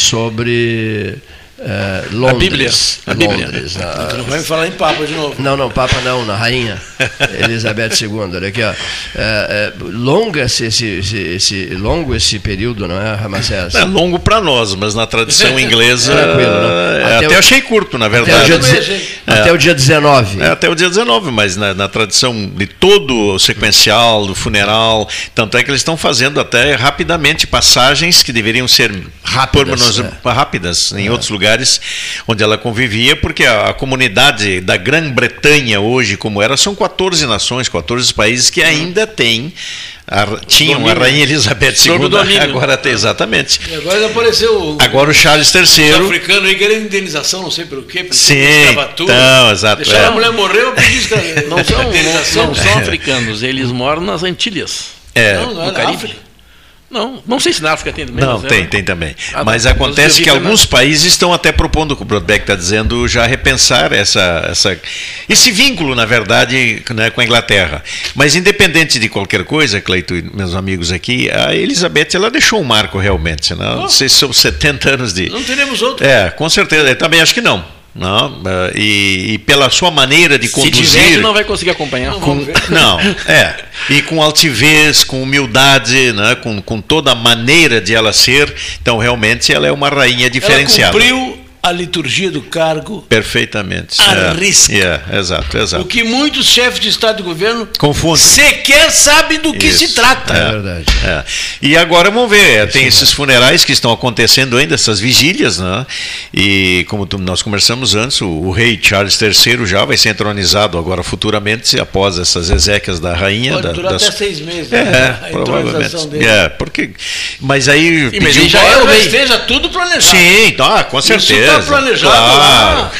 sobre eh, Londres. Bíblia. A Bíblia. Londres, Tu na- não vai me falar em Papa de novo. Não, não, Papa não, na Rainha Elizabeth segunda. Olha aqui, ó. É, é, longa esse, esse, esse, esse- longo esse período, não é, Ramacés? É longo para nós, mas na tradição inglesa. Tranquilo, né? é, Até até o- achei curto, na Até o verdade. dia, também deze- achei. até o dia dezenove. É, até o dia dezenove, mas na, na tradição de todo o sequencial, do funeral, tanto é que eles estão fazendo até rapidamente passagens que deveriam ser Rápidas, pormenos- é. rápidas em outros lugares. lugares onde ela convivia, porque a, a comunidade da Grã-Bretanha hoje, como era, são quatorze nações, quatorze países que ainda têm, a, tinham a Rainha Elizabeth segunda, agora tem, exatamente. E agora apareceu o, agora o Charles terceiro. Os africanos aí querendo indenização, não sei pelo quê, pelo Sim, escravatura. então, exato. Deixaram é. a mulher morrer, eu pedi escravatura. Não são, não, não são africanos, eles moram nas Antilhas. É. Não, não é no na Caribe. África. Não, não sei se na África tem também. Não, mas tem, é, tem também. Ah, mas não, acontece mas que eu vi alguns países estão até propondo, o que o Brodbeck está dizendo, já repensar essa, essa, esse vínculo, na verdade, né, com a Inglaterra. Mas independente de qualquer coisa, Cleito e meus amigos aqui, a Elizabeth ela deixou um marco realmente. Né? Não sei se são setenta anos de... Não teremos outro. É, com certeza. Eu também acho que não. Não, e, e pela sua maneira de conduzir. Se tiver, não vai conseguir acompanhar. Com, não, é. E com altivez, com humildade, né, com, com toda a maneira de ela ser. Então, realmente, ela é uma rainha diferenciada. Ela cumpriu a liturgia do cargo. Perfeitamente. À risca. É, é, exato, exato. O que muitos chefes de Estado e governo confundem. Sequer sabem do que Isso. se trata. É, verdade. É. E agora vamos ver, tem esses funerais que estão acontecendo ainda, essas vigílias, né? E como tu, nós conversamos antes, o, o rei Charles terceiro já vai ser entronizado agora futuramente, após essas exéquias da rainha. Pode da, durar das... até seis meses. É, Né? A provavelmente. dele. É, porque... Mas aí... E, mas pediu... já é o rei. Esteja tudo planejado. Sim, tá, com certeza. Isso está planejado claro. lá.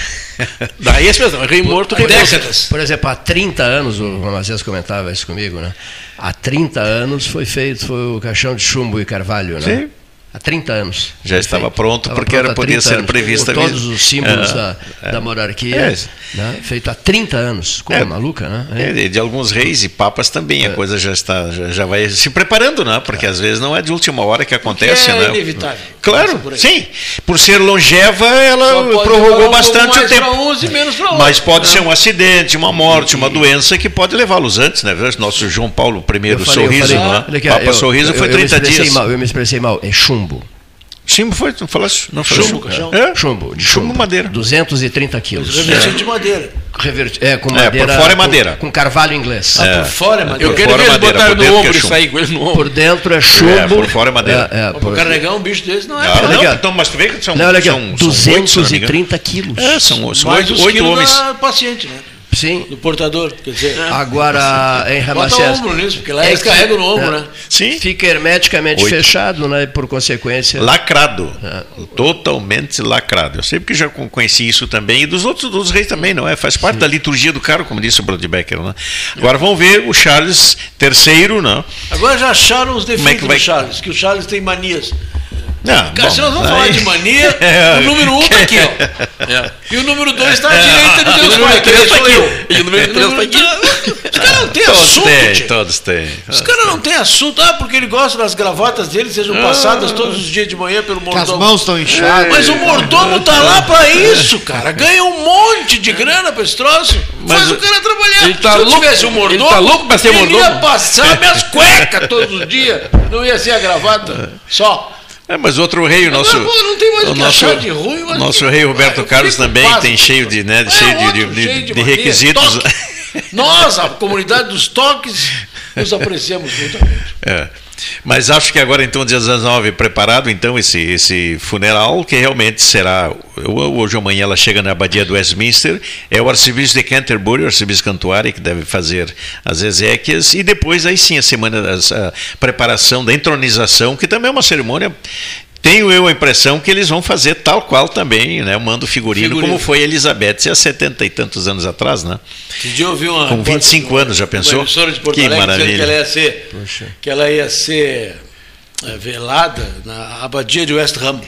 Daí a expressão, rei morto, rei décadas. Por exemplo, há trinta anos, o Ramazés comentava isso comigo, né? Há trinta anos foi feito foi o caixão de chumbo e carvalho, né? Sim. Há trinta anos. Já estava feito. pronto, Estava porque pronto era, há podia trinta ser anos, prevista. com todos os símbolos é, da, é. da monarquia, É. né? Feito há trinta anos. Coisa É. maluca, né? É, de, de alguns reis e papas também, É. a coisa já está, já, já vai se preparando, né? Porque às vezes não é de última hora que acontece, é né? inevitável. Claro, Por aí. sim. Por ser longeva, ela Só pode prorrogou levar um bastante pouco o mais tempo. pra uns e menos pra Mas outros. pode Não. ser um acidente, uma morte, uma doença que pode levá-los antes, né? Nosso João Paulo I, Eu falei- eu sorriso, falei- né? olha aqui, Papa eu- Sorriso eu- foi eu me trinta expressei dias. Mal, eu me expressei mal, é chumbo. Chumbo foi, não falaste? Não falou Chumbo, caixão. É? Chumbo, de Chumbo chumbo. madeira. duzentos e trinta quilos. Revestido de madeira. Reverti- é, com É, madeira. por fora é com- madeira. Com, carvalho inglês. Ah, por fora é madeira. Eu quero fora ver eles madeira, botarem por no dentro que ombro é e chumbo. sair com ele no ombro. Por dentro é chumbo. É, por fora é madeira. É, é, Mas por- para carregar um bicho desse não é. Ah, fácil. olha não, aqui, ó. então, mas tu vê que são, Não, olha aqui, ó, são, são oito, se não me duzentos e engano. trinta quilos. É, são, são Mais oito, os oito quilos homens. da paciente, né? Sim. Do portador. Quer dizer, Agora, em bota o Ramacés, ombro nisso, porque lá É eles que- carregam no ombro, é. né? Sim. fica hermeticamente Oito. fechado, né? E por consequência. Lacrado. É. Totalmente lacrado. Eu sei porque já con- conheci isso também, e dos outros dos reis também, não é? Faz parte da liturgia do cargo, como disse o Brodbecker, né? Agora vamos ver o Charles terceiro, não? Agora já acharam os é que defeitos vai- do Charles, que o Charles tem manias. Não, Cara, bom, se nós vamos aí- falar de mania, o número um está aqui, ó. É. E o número dois está à direita de E o Deus número Pai, que três sou tá aqui. eu. E o número três tá aqui. Os caras não têm Todos assunto, têm, tchê. todos têm. Os caras não têm assunto. Ah, porque ele gosta das gravatas dele, sejam passadas todos os dias de manhã pelo Que as mordomo. mãos estão inchadas. Mas o mordomo tá lá pra isso, cara. Ganha um monte de grana pra esse troço. Faz Mas o cara trabalhar. ele tá Se eu louco- tivesse um mordomo, ele tá louco pra ser ele mordomo? ia passar minhas cuecas todos os dias. Não ia ser a gravata. Só. É, mas outro rei, o nosso, Agora, pô, não tem mais o o que nosso, achar de ruim, mas o nosso que- rei Roberto eu Carlos fico também pasmo. tem cheio de, né, É, cheio de, outro de- cheio de mania. requisitos. Toque. Nós, a comunidade dos toques, nos apreciamos mutuamente. É. Mas acho que agora, então, dia dezenove, preparado, então, esse, esse funeral, que realmente será, hoje ou amanhã ela chega na abadia do Westminster, é o arcebispo de Canterbury, o arcebispo Cantuária, que deve fazer as exéquias, e depois, aí sim, a semana da a preparação da entronização, que também é uma cerimônia. Tenho eu a impressão que eles vão fazer tal qual também, né? O mando figurino, Figurino. como foi Elizabeth há setenta e tantos anos atrás, né? Esse dia eu vi uma. Com vinte e cinco anos, já pensou? Uma emissora de Porto Que Alegre dizendo maravilha. que ela ia ser, que ela ia ser é, velada na abadia de West Ham.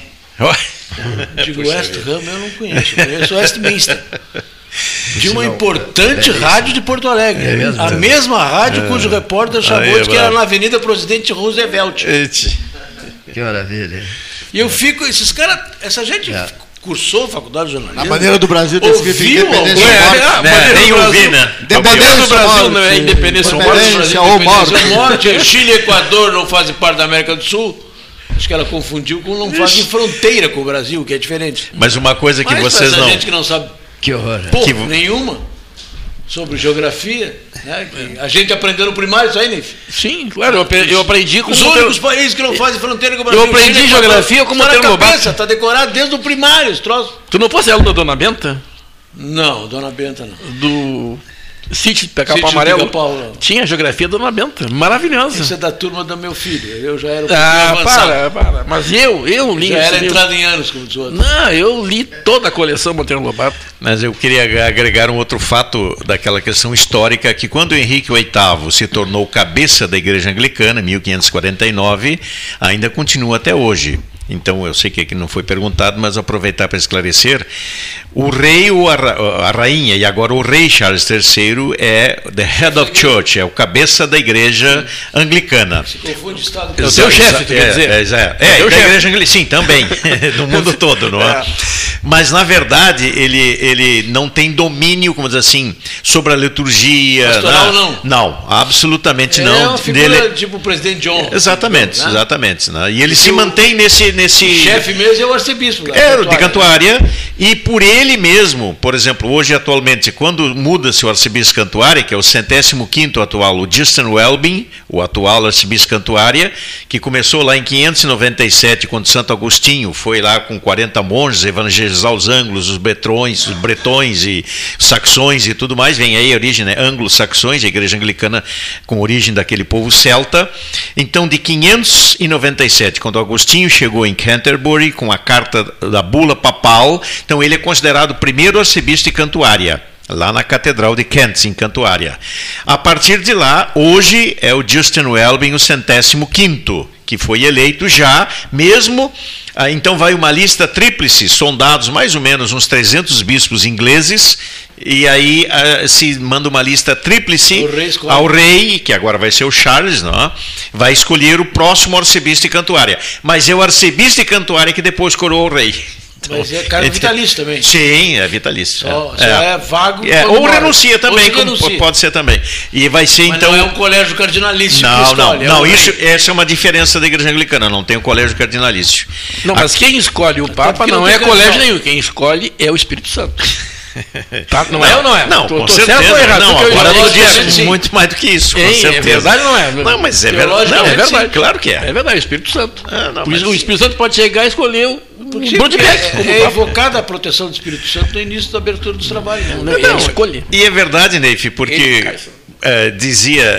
Digo West Ham, eu não conheço, eu conheço Westminster. De uma importante rádio de Porto Alegre. É mesmo? A mesma rádio cujo repórter chamou Aí, de que era bravo. na Avenida Presidente Roosevelt. Que maravilha. E eu fico, esses caras, essa gente É. cursou faculdade de jornalismo. A bandeira do Brasil está escrito Ouviu independência algum- ou morte. É, a Né, bandeira nem do ouvi, Brasil- né? A bandeira do Brasil não é morte. independência ou morte. Independência Brasil, ou morte. independência ou morte. Chile e Equador não fazem parte da América do Sul. Acho que ela confundiu com não fazem fronteira com o Brasil, que é diferente. Mas uma coisa que Mas vocês essa não... gente que não sabe Que horror. porra Que- nenhuma sobre geografia, Né? A gente aprendeu no primário isso aí, Neif? Sim, claro, eu, eu aprendi com Os únicos países que não fazem fronteira com o Eu Brasil. aprendi Chile, geografia com o Monteiro Lobato. Está decorado desde o primário, esse troço. Tu não fosse aluno da Dona Benta? Não, Dona Benta não. Do Sítio de Pica-Pau Sítio de Amarelo? Pica-Pau, não. Tinha a geografia da Dona Benta, maravilhosa. Isso é da turma do meu filho. Eu já era um Ah, pouquinho avançado. para, para. Mas eu, eu li Já esse era livro. entrado em anos, como diz o outro. Não, eu li toda a coleção Monteiro Lobato. Mas eu queria agregar um outro fato daquela questão histórica, que quando Henrique oitavo se tornou cabeça da Igreja Anglicana, em mil quinhentos e quarenta e nove, ainda continua até hoje. Então, eu sei que aqui não foi perguntado, mas aproveitar para esclarecer, o rei ou a, ra a rainha, e agora o rei Charles terceiro, é the head of church, é o cabeça da igreja anglicana. Se confunde Estado É o seu chefe, tu quer dizer? É, é, é, é, É o da chefe. igreja anglicana, sim, também, do mundo todo, não é? Mas, na verdade, ele, ele não tem domínio, como dizer assim, sobre a liturgia. Pastoral, né? não? Não, absolutamente É não. uma figura Dele- tipo o presidente John. Exatamente, né? exatamente. Né? E ele se mantém nesse... nesse... O chefe mesmo é o arcebispo. da Era o de Cantuária. Cantuária, e por ele mesmo, por exemplo, hoje atualmente, quando muda-se o arcebispo Cantuária, que é o centésimo quinto atual, o Justin Welby, o atual arcebispo Cantuária, que começou lá em quinhentos e noventa e sete, quando Santo Agostinho foi lá com quarenta monges evangelizar os ângulos, os bretrões, os bretões e saxões e tudo mais, vem aí a origem, né? Anglo-saxões, a igreja anglicana com origem daquele povo celta. Então, de quinhentos e noventa e sete, quando Agostinho chegou em Canterbury com a carta da bula papal, então ele é considerado o primeiro arcebispo de Cantuária, lá na Catedral de Kent, em Cantuária. A partir de lá, hoje é o Justin Welby, o centésimo quinto, que foi eleito já, mesmo... Ah, então vai uma lista tríplice, sondados mais ou menos uns trezentos bispos ingleses, e aí ah, se manda uma lista tríplice O rei escolhe. ao rei, que agora vai ser o Charles, não é? Vai escolher o próximo arcebispo de Cantuária. Mas é o arcebispo de Cantuária que depois coroou o rei. Então, Mas é cargo ele- vitalício também. Sim, é vitalício. Só- é. só é vago É, quando ou morre. renuncia também, Ou se como renuncia. pode ser também. E vai ser Mas então... não é um colégio cardinalício que Não, não, escolhe, é não, o rei. isso, essa é uma diferença da igreja anglicana, não tem o colégio cardinalício. Não, mas quem escolhe o Papa porque não não tem é colégio canção. nenhum. Quem escolhe é o Espírito Santo. Tá? Não, é ou não é? Não, Tô- com tô certeza. certo ou errado? Não, Porque eu agora já eu disse disse sim, sim. muito mais do que isso, com Hein, certeza. é verdade ou não é? Não, mas é verdade. Não, Teologicamente, é verdade, sim. claro que é. É verdade, o Espírito Santo. Ah, não, Por isso, mas- o Espírito Santo pode chegar e escolher o Porque Broadback. como é, é Papa. evocada a proteção do Espírito Santo no início da abertura dos trabalhos. Né? Não, é a escolha. E é verdade, Neif, porque Ele, Carson. eh, dizia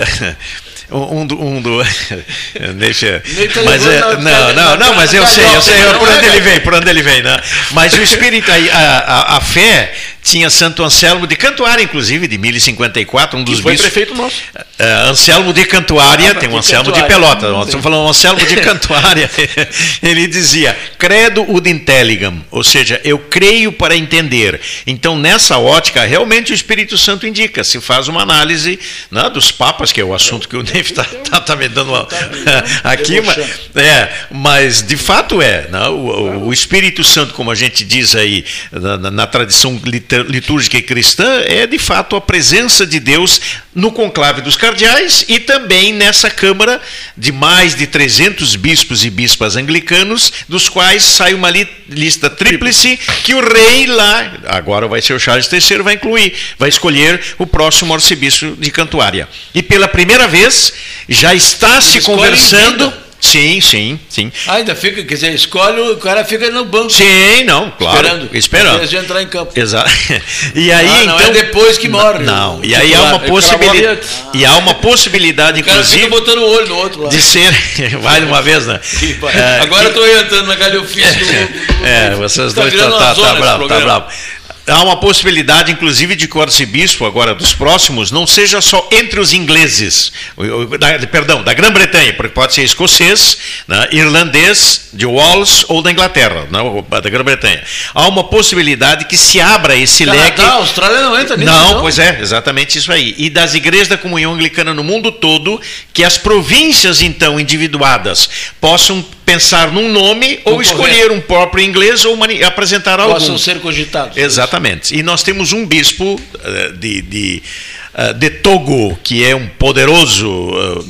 um do, um do Neif, tá mas levando é, na- não, na- não, na- não, mas na eu sei, eu galhofa, sei não por é, onde ele cara? vem, por onde ele vem, né? Mas o Espírito, a, a, a fé tinha Santo Anselmo de Cantuária, inclusive, de mil e cinquenta e quatro, um dos Que foi bispos. prefeito nosso. Uh, Anselmo de Cantuária, tem um de Anselmo de Cantuária. Pelota, nós estamos falando Anselmo de Cantuária, ele dizia, credo ud intelligam, ou seja, eu creio para entender. Então, nessa ótica, realmente o Espírito Santo indica, se faz uma análise, né, dos papas, que é o assunto que o Neve está tá, tá me dando uma, aqui, mas, é, mas de fato é, né, o, o Espírito Santo, como a gente diz aí, na, na, na tradição litur- litúrgica e cristã, é de fato a presença de Deus no conclave dos cardeais e também nessa Câmara de mais de trezentos bispos e bispas anglicanos, dos quais sai uma li lista tríplice que o rei lá, agora vai ser o Charles terceiro, vai incluir, vai escolher o próximo arcebispo de Cantuária. E pela primeira vez já está se escolhe conversando... em vida. Sim, sim, sim. Ah, ainda fica, quer dizer, escolhe, o cara fica no banco. Sim, não, claro. Esperando. Esperando. Antes de entrar em campo. Exato. E aí, Ah, não então, é depois que morre. Não, o e aí há titular. uma Ele possibilidade, morre antes. e há uma possibilidade, O cara fica inclusive, botando o olho no outro lá. de ser, vai de uma vez, né? É, Agora eu estou entrando na galhofice do, do, do, É, vocês tá dois virando tá, uma tá, zona tá esse bravo, tá programa. bravo. Há uma possibilidade, inclusive, de que o arcebispo, agora dos próximos, não seja só entre os ingleses, o- o- da, perdão, da Grã-Bretanha, porque pode ser escocês, né, irlandês, de Wales ou da Inglaterra, né, ou da Grã-Bretanha. Há uma possibilidade que se abra esse leque. Canadá, a Austrália não entra nisso. Não, pois é, exatamente isso aí. E das igrejas da comunhão anglicana no mundo todo, que as províncias, então, individuadas, possam pensar num nome ou Concorrer. escolher um próprio inglês ou mani- apresentar algum. Possam ser cogitados. Exatamente. E nós temos um bispo eh, de, de, eh, de Togo, que é um poderoso eh,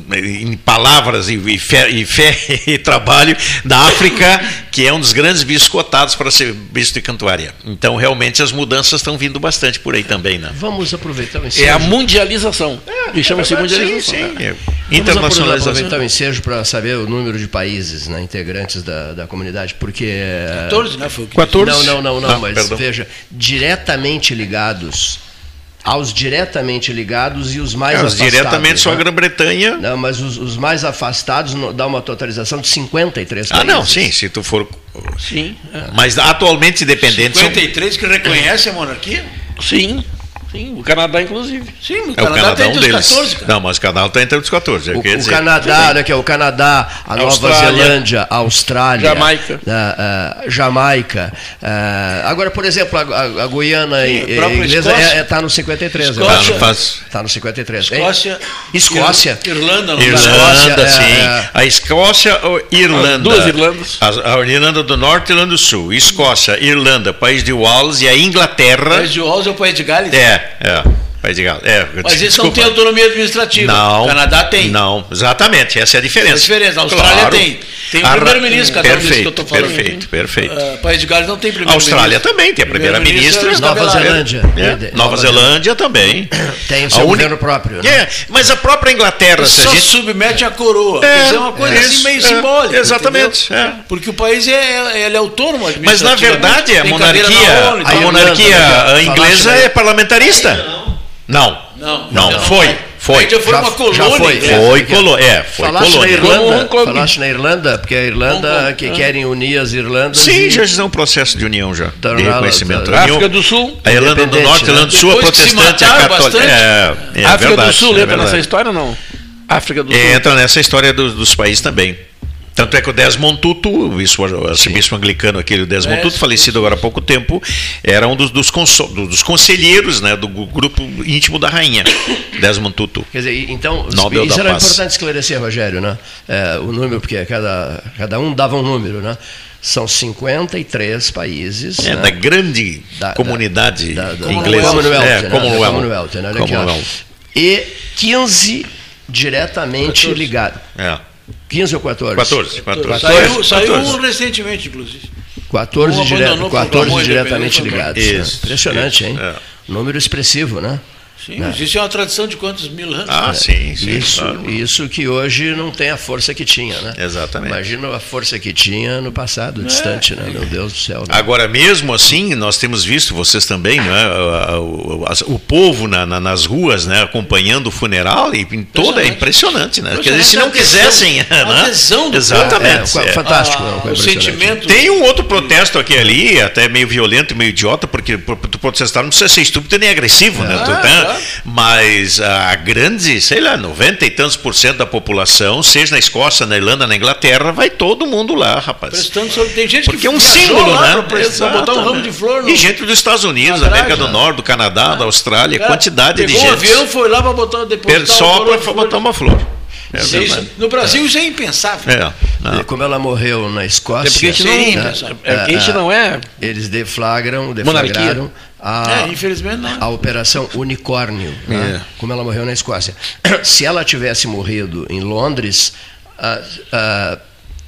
em palavras e, e, fé, e fé e trabalho da África, que é um dos grandes bichos cotados para ser bicho de cantuária. Então, realmente, as mudanças estão vindo bastante por aí também, né? Vamos aproveitar o ensejo. É a mundialização. É, e chama-se é verdade, mundialização. Sim, sim. É. Vamos Internacionalização. aproveitar o ensejo para saber o número de países, né, integrantes da, da comunidade, porque... quatorze, né? Foi o que quatorze? Não, não, não, não, Ah, mas perdão. veja, diretamente ligados, aos diretamente ligados e os mais É, os afastados. diretamente só a né? Grã-Bretanha. Não, mas os, os mais afastados no- dá uma totalização de cinquenta e três Ah, países. não, sim, se tu for. Sim. é. Mas atualmente dependentes são. cinquenta e três que reconhece a monarquia? Sim. Sim. O Canadá, inclusive. Sim, o É o Canadá Canadá tem um entre os deles. quatorze, cara. Não, mas o Canadá está entre os quatorze. Eu O, queria o dizer. Canadá, olha aqui, o Canadá, a Nova Austrália. Zelândia, a Austrália, Jamaica. a, a Jamaica. a- agora, por exemplo, a, a- a Guiana Sim, e- a própria inglesa Escócia. está no cinquenta e três. Escócia. Tá, não faz- Está no cinquenta e três. hein? Escócia. Escócia. Ir- Irlanda. não Irlanda, Escócia, é, sim. é. A Escócia ou Irlanda? Duas Irlandas. A, a Irlanda do Norte e Irlanda do Sul. Escócia, Irlanda, País de Wales e a O Inglaterra. país de Wales é o país de Gales. É, é. País de Gales. É, Mas eles desculpa. não têm autonomia administrativa. Não. O Canadá tem. Não, exatamente. Essa é a diferença. Essa é a diferença. A Austrália Claro. tem. Tem o A- primeiro-ministro, cada um desses Perfeito, que eu estou falando. perfeito, perfeito. O país de Gales não tem A primeiro-ministro. Austrália também tem a primeira-ministra. Primeiro-ministro é Nova Escabelado. Zelândia. É, De- Nova Zelândia também. Tem o A seu uni- governo próprio. Né? É, mas a própria Inglaterra, se a Só gente... submete a coroa. Quer dizer, é uma coisa assim isso, meio é, simbólica. exatamente, entendeu? é. Porque o país é, ele é autônomo Mas na administrativamente. verdade a Tem cadeira monarquia, na ONU e a tal. monarquia Irlanda, inglesa falaste, né? é parlamentarista? Não. Não, Não, não. foi, A foi. Índia foi Já- uma já colônia. foi, inglesa. Foi colônia, é, foi Falaste na colônia. Irlanda, Como Hong Kong. falaste na Irlanda, porque a Irlanda Hong Kong, que é. querem unir as Irlandas. Sim, e- já estão um processo de união já, de Torná-la- reconhecimento. da- União- África do Sul. A Irlanda do Independente, Norte, a Irlanda do Sul, a Depois que se protestante, a mataram católica. bastante. É, é África verdade, do Sul, é lembra verdade. nessa história ou não? África do Sul. Entra nessa história dos, dos países também. Tanto é que o Desmond Tutu, o bispo, o arcebispo anglicano, aquele o Desmond É, Tutu, sim. falecido agora há pouco tempo, era um dos, dos, conso- dos conselheiros, né, do grupo íntimo da rainha, Desmond Tutu. Quer dizer, então, Nobel isso da era Paz. importante esclarecer, Rogério, né? É, o número, porque cada, cada um dava um número, né? São cinquenta e três países. É, né? da grande Da- comunidade da- da- inglesa. Commonwealth, É, né? Commonwealth. Da Commonwealth, né? Olha aqui, ó. Commonwealth. E quinze diretamente ligados. É. quinze ou quatorze? quatorze, quatorze. Saiu, saiu quatorze. um recentemente, inclusive. quatorze, Um dire... abandonou, quatorze proclamou a diretamente independência. ligados. né? Isso, Impressionante, isso, hein? é. Número expressivo, né? Sim, existe uma tradição de quantos mil anos? Ah, né? sim, sim. Isso, claro. isso que hoje não tem a força que tinha, né? Exatamente. Imagina a força que tinha no passado, distante, né? Meu Deus do céu. Né? Agora, mesmo assim, nós temos visto, vocês também, né, o, o- as- o povo na- na- nas ruas, né, acompanhando o funeral, e em toda é impressionante, né? Quer dizer, se não quisessem. A né? adesão do Exatamente. É, é. fantástico. Ah, é uma o coisa impressionante. sentimento. Tem um outro protesto aqui e ali, até meio violento, meio idiota, porque pro- tu protestar não precisa ser estúpido nem agressivo, né? Tu tá- claro. Mas a grande, sei lá, noventa e tantos por cento da população, seja na Escócia, na Irlanda, na Inglaterra, vai todo mundo lá, rapaz. Prestando sobre- Tem gente Porque que é um viajou símbolo, lá né? Pra, pra Exato, botar um ramo né? de flor no, E gente dos Estados Unidos, na da América grade, do Norte, do Canadá, da Austrália, Cara, quantidade de pegou gente. um avião, foi lá para botar depois. Per- Só para botar uma flor. É Isso, verdade. no Brasil isso é impensável. É, não. E como ela morreu na Escócia, É porque a gente Sim, não, né? é, porque a gente não é. eles deflagram, deflagraram a, É, infelizmente não. a Operação Unicórnio, né? É. Como ela morreu na Escócia. Se ela tivesse morrido em Londres, a, a,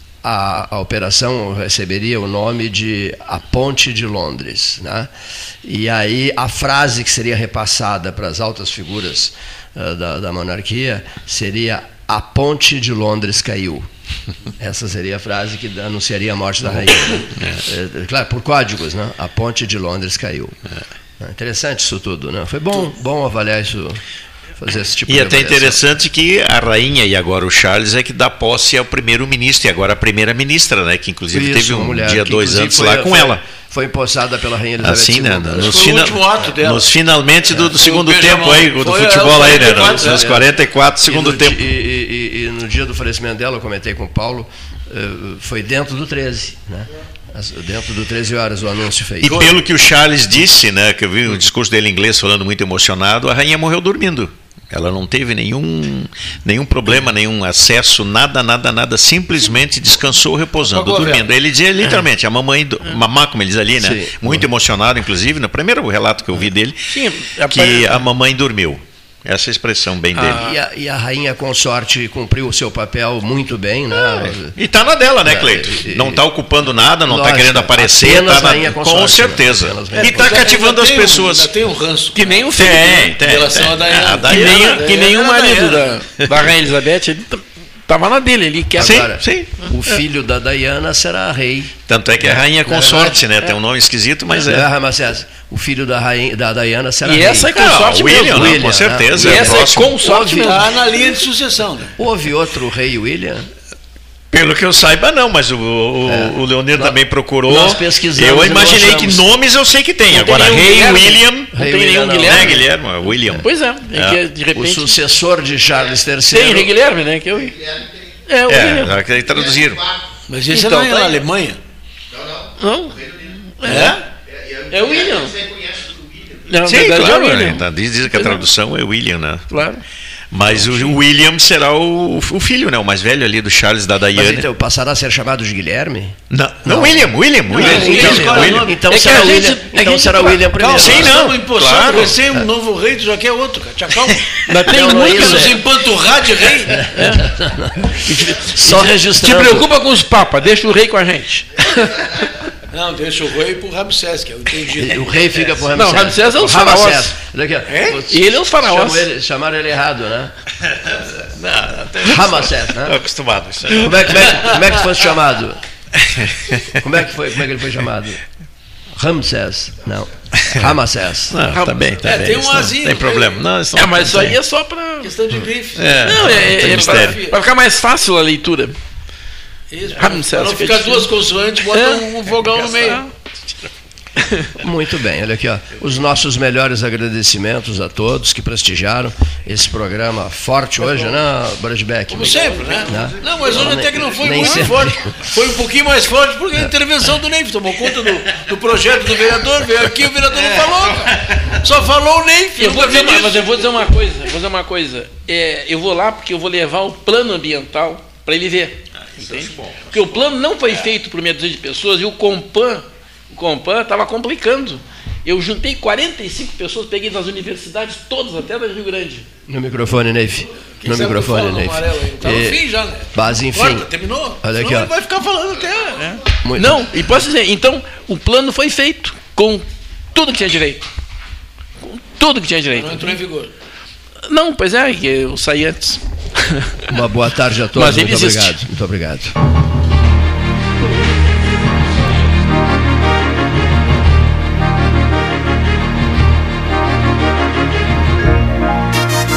a, a operação receberia o nome de A Ponte de Londres. Né? E aí a frase que seria repassada para as altas figuras ah, da, da monarquia seria: A Ponte de Londres caiu. Essa seria a frase que anunciaria a morte da rainha. Né? É, claro, por códigos, né? A Ponte de Londres caiu. É interessante isso tudo, né? Foi bom, bom avaliar isso, fazer esse tipo E de até avaliação. interessante que a rainha e agora o Charles é que dá posse ao primeiro-ministro e agora a primeira-ministra, né? Que inclusive Isso, teve uma um mulher dia, que, dois inclusive, anos foi- lá com foi- ela. Foi empossada pela rainha Elizabeth Assim, né? segunda. Nos, Foi o fina- último ato dela. nos finalmente do, do Foi segundo o tempo beijamão. aí, do Foi, futebol é, aí, né? quarenta e quatro, Nos, nos é. quarenta e quatro, segundo e no, tempo. di- E, e- e- e no dia do falecimento dela, eu comentei com o Paulo, eh, foi dentro do treze, né? As- Dentro do treze horas o anúncio feito. E pelo que o Charles disse, né, que eu vi o discurso dele em inglês falando muito emocionado, a rainha morreu dormindo. Ela não teve nenhum, nenhum problema, nenhum acesso, nada, nada, nada. Simplesmente descansou, repousando, Apagou a vela. dormindo. Ele dizia literalmente, a mamãe, do- mamá, como ele diz ali, né? Sim. Muito emocionado, inclusive, no primeiro relato que eu vi dele, Sim, que a mamãe dormiu. Essa é a expressão bem Ah. dele. E a, e a rainha consorte cumpriu o seu papel muito bem, né? E está na dela, né, Cleito? e- Não está ocupando nada, não está Lógico, querendo aparecer. apenas Tá na- rainha com consorte, certeza. né? Apenas E rainha está Ainda cativando as tem um- pessoas. Ainda tem um ranço. Que nem o Felipe. Tem, tem. Em relação tem. a Diana. Ah, a Que Diana. nem, que nem o Diana, marido Diana. da, da Rainha Elizabeth, ele t- tava na dele, ele quer. Sim, Agora, sim. o filho da Diana será rei. Tanto é que é rainha consorte, né? Tem um nome esquisito, mas Não é, é. Ramacés? O filho da, rainha, da Diana será E rei. essa é Não, consorte William, mesmo. não, William, com né? certeza. E é essa é próximo. consorte mesmo. Está na linha de sucessão, né? Houve outro rei William? Pelo que eu saiba, não, mas o, o, o Leonir Nós- também procurou. nós pesquisamos Eu e imaginei não que achamos. nomes eu sei que tem. Não tem Agora, nenhum Rei Guilherme. William. Não Rei tem nenhum William, não. Né, Guilherme. Guilherme? é William. Pois é, é, É. que de O repente. sucessor de Charles terceiro. Tem Rei Guilherme, né? Que eu... É, o William. É, que traduziram. Mas isso Então, não é tá na aí. Alemanha. Não? É? É o William. Não, na Sim, verdade, claro. é o William. né? Tá, Diz, diz que a Pois é. tradução é William, né? Claro. Mas o William será o, o filho, né? O mais velho ali do Charles da Mas Diana. então passará a ser chamado de Guilherme? Não, não, William, William, William. é William, William, William. William. Então É que será a gente- William, a então gente- será William primeiro. Calma, Sim, nós não, estamos empossando claro. recém um novo rei, tu já quer outro, cara. Te acalma. Mas tem Não, não é muitos. isso, Nos é. empanturrar de rei. Só Te registrando. preocupa com os papas, deixa o rei com a gente. Não, deixa o rei pro Ramsés, que é o entendido. O rei fica por Não, Ramsés. Ramsés é os Ramsés. faraós. Olha aqui, ó. É? E ele é os faraós. Chamam ele- Chamaram ele errado, né? Não, até- Ramsés, Estou né? acostumado. Isso aí. Como é, como, é, como é que foi chamado? Como é que foi? Como é que ele foi chamado? Ramsés. Não. Ramsés. Não, tá bem, tá É, bem. tem um Isso não azinho, tem tem. problema. Não, isso não É, mas isso tem. aí é só pra. Questão de grife. É, Não, é, tem é, é mistério. pra, pra ficar mais fácil a leitura. Isso, Ramsés, para não fica ficar difícil. duas consoantes, bota É. um vogal no meio. Muito bem, olha aqui, ó. Os nossos melhores agradecimentos a todos que prestigiaram esse programa forte hoje, né, Bradbeck? Como sempre, né? Né? Não, mas hoje até que não foi Nem muito sempre. forte. Foi um pouquinho mais forte porque a intervenção do Neif tomou conta do, do projeto do vereador, veio aqui o vereador não falou, cara. Só falou o Neif. Eu vou nunca dizer, vi uma, isso. mas eu vou dizer uma coisa, eu vou dizer uma coisa. É, eu vou lá porque eu vou levar o plano ambiental para ele ver. Entende? Porque o plano não foi feito por meia dúzia de pessoas e o Compan, o Compan estava complicando. Eu juntei quarenta e cinco pessoas, peguei das universidades todas, até da Rio Grande. No microfone, Neif. Quem No sabe microfone, fala no Neif. amarelo aí. Tá no E- fim já, né? Mas enfim. Corta, terminou? Olha aqui, Senão ó. ele vai ficar falando até. Muito- Não, e posso dizer, então o plano foi feito com tudo que tinha direito. Com tudo que tinha direito. Não entrou em vigor. Não, pois é, eu saí antes. Uma boa tarde a todos. Mas ele Muito existe. obrigado. Muito obrigado.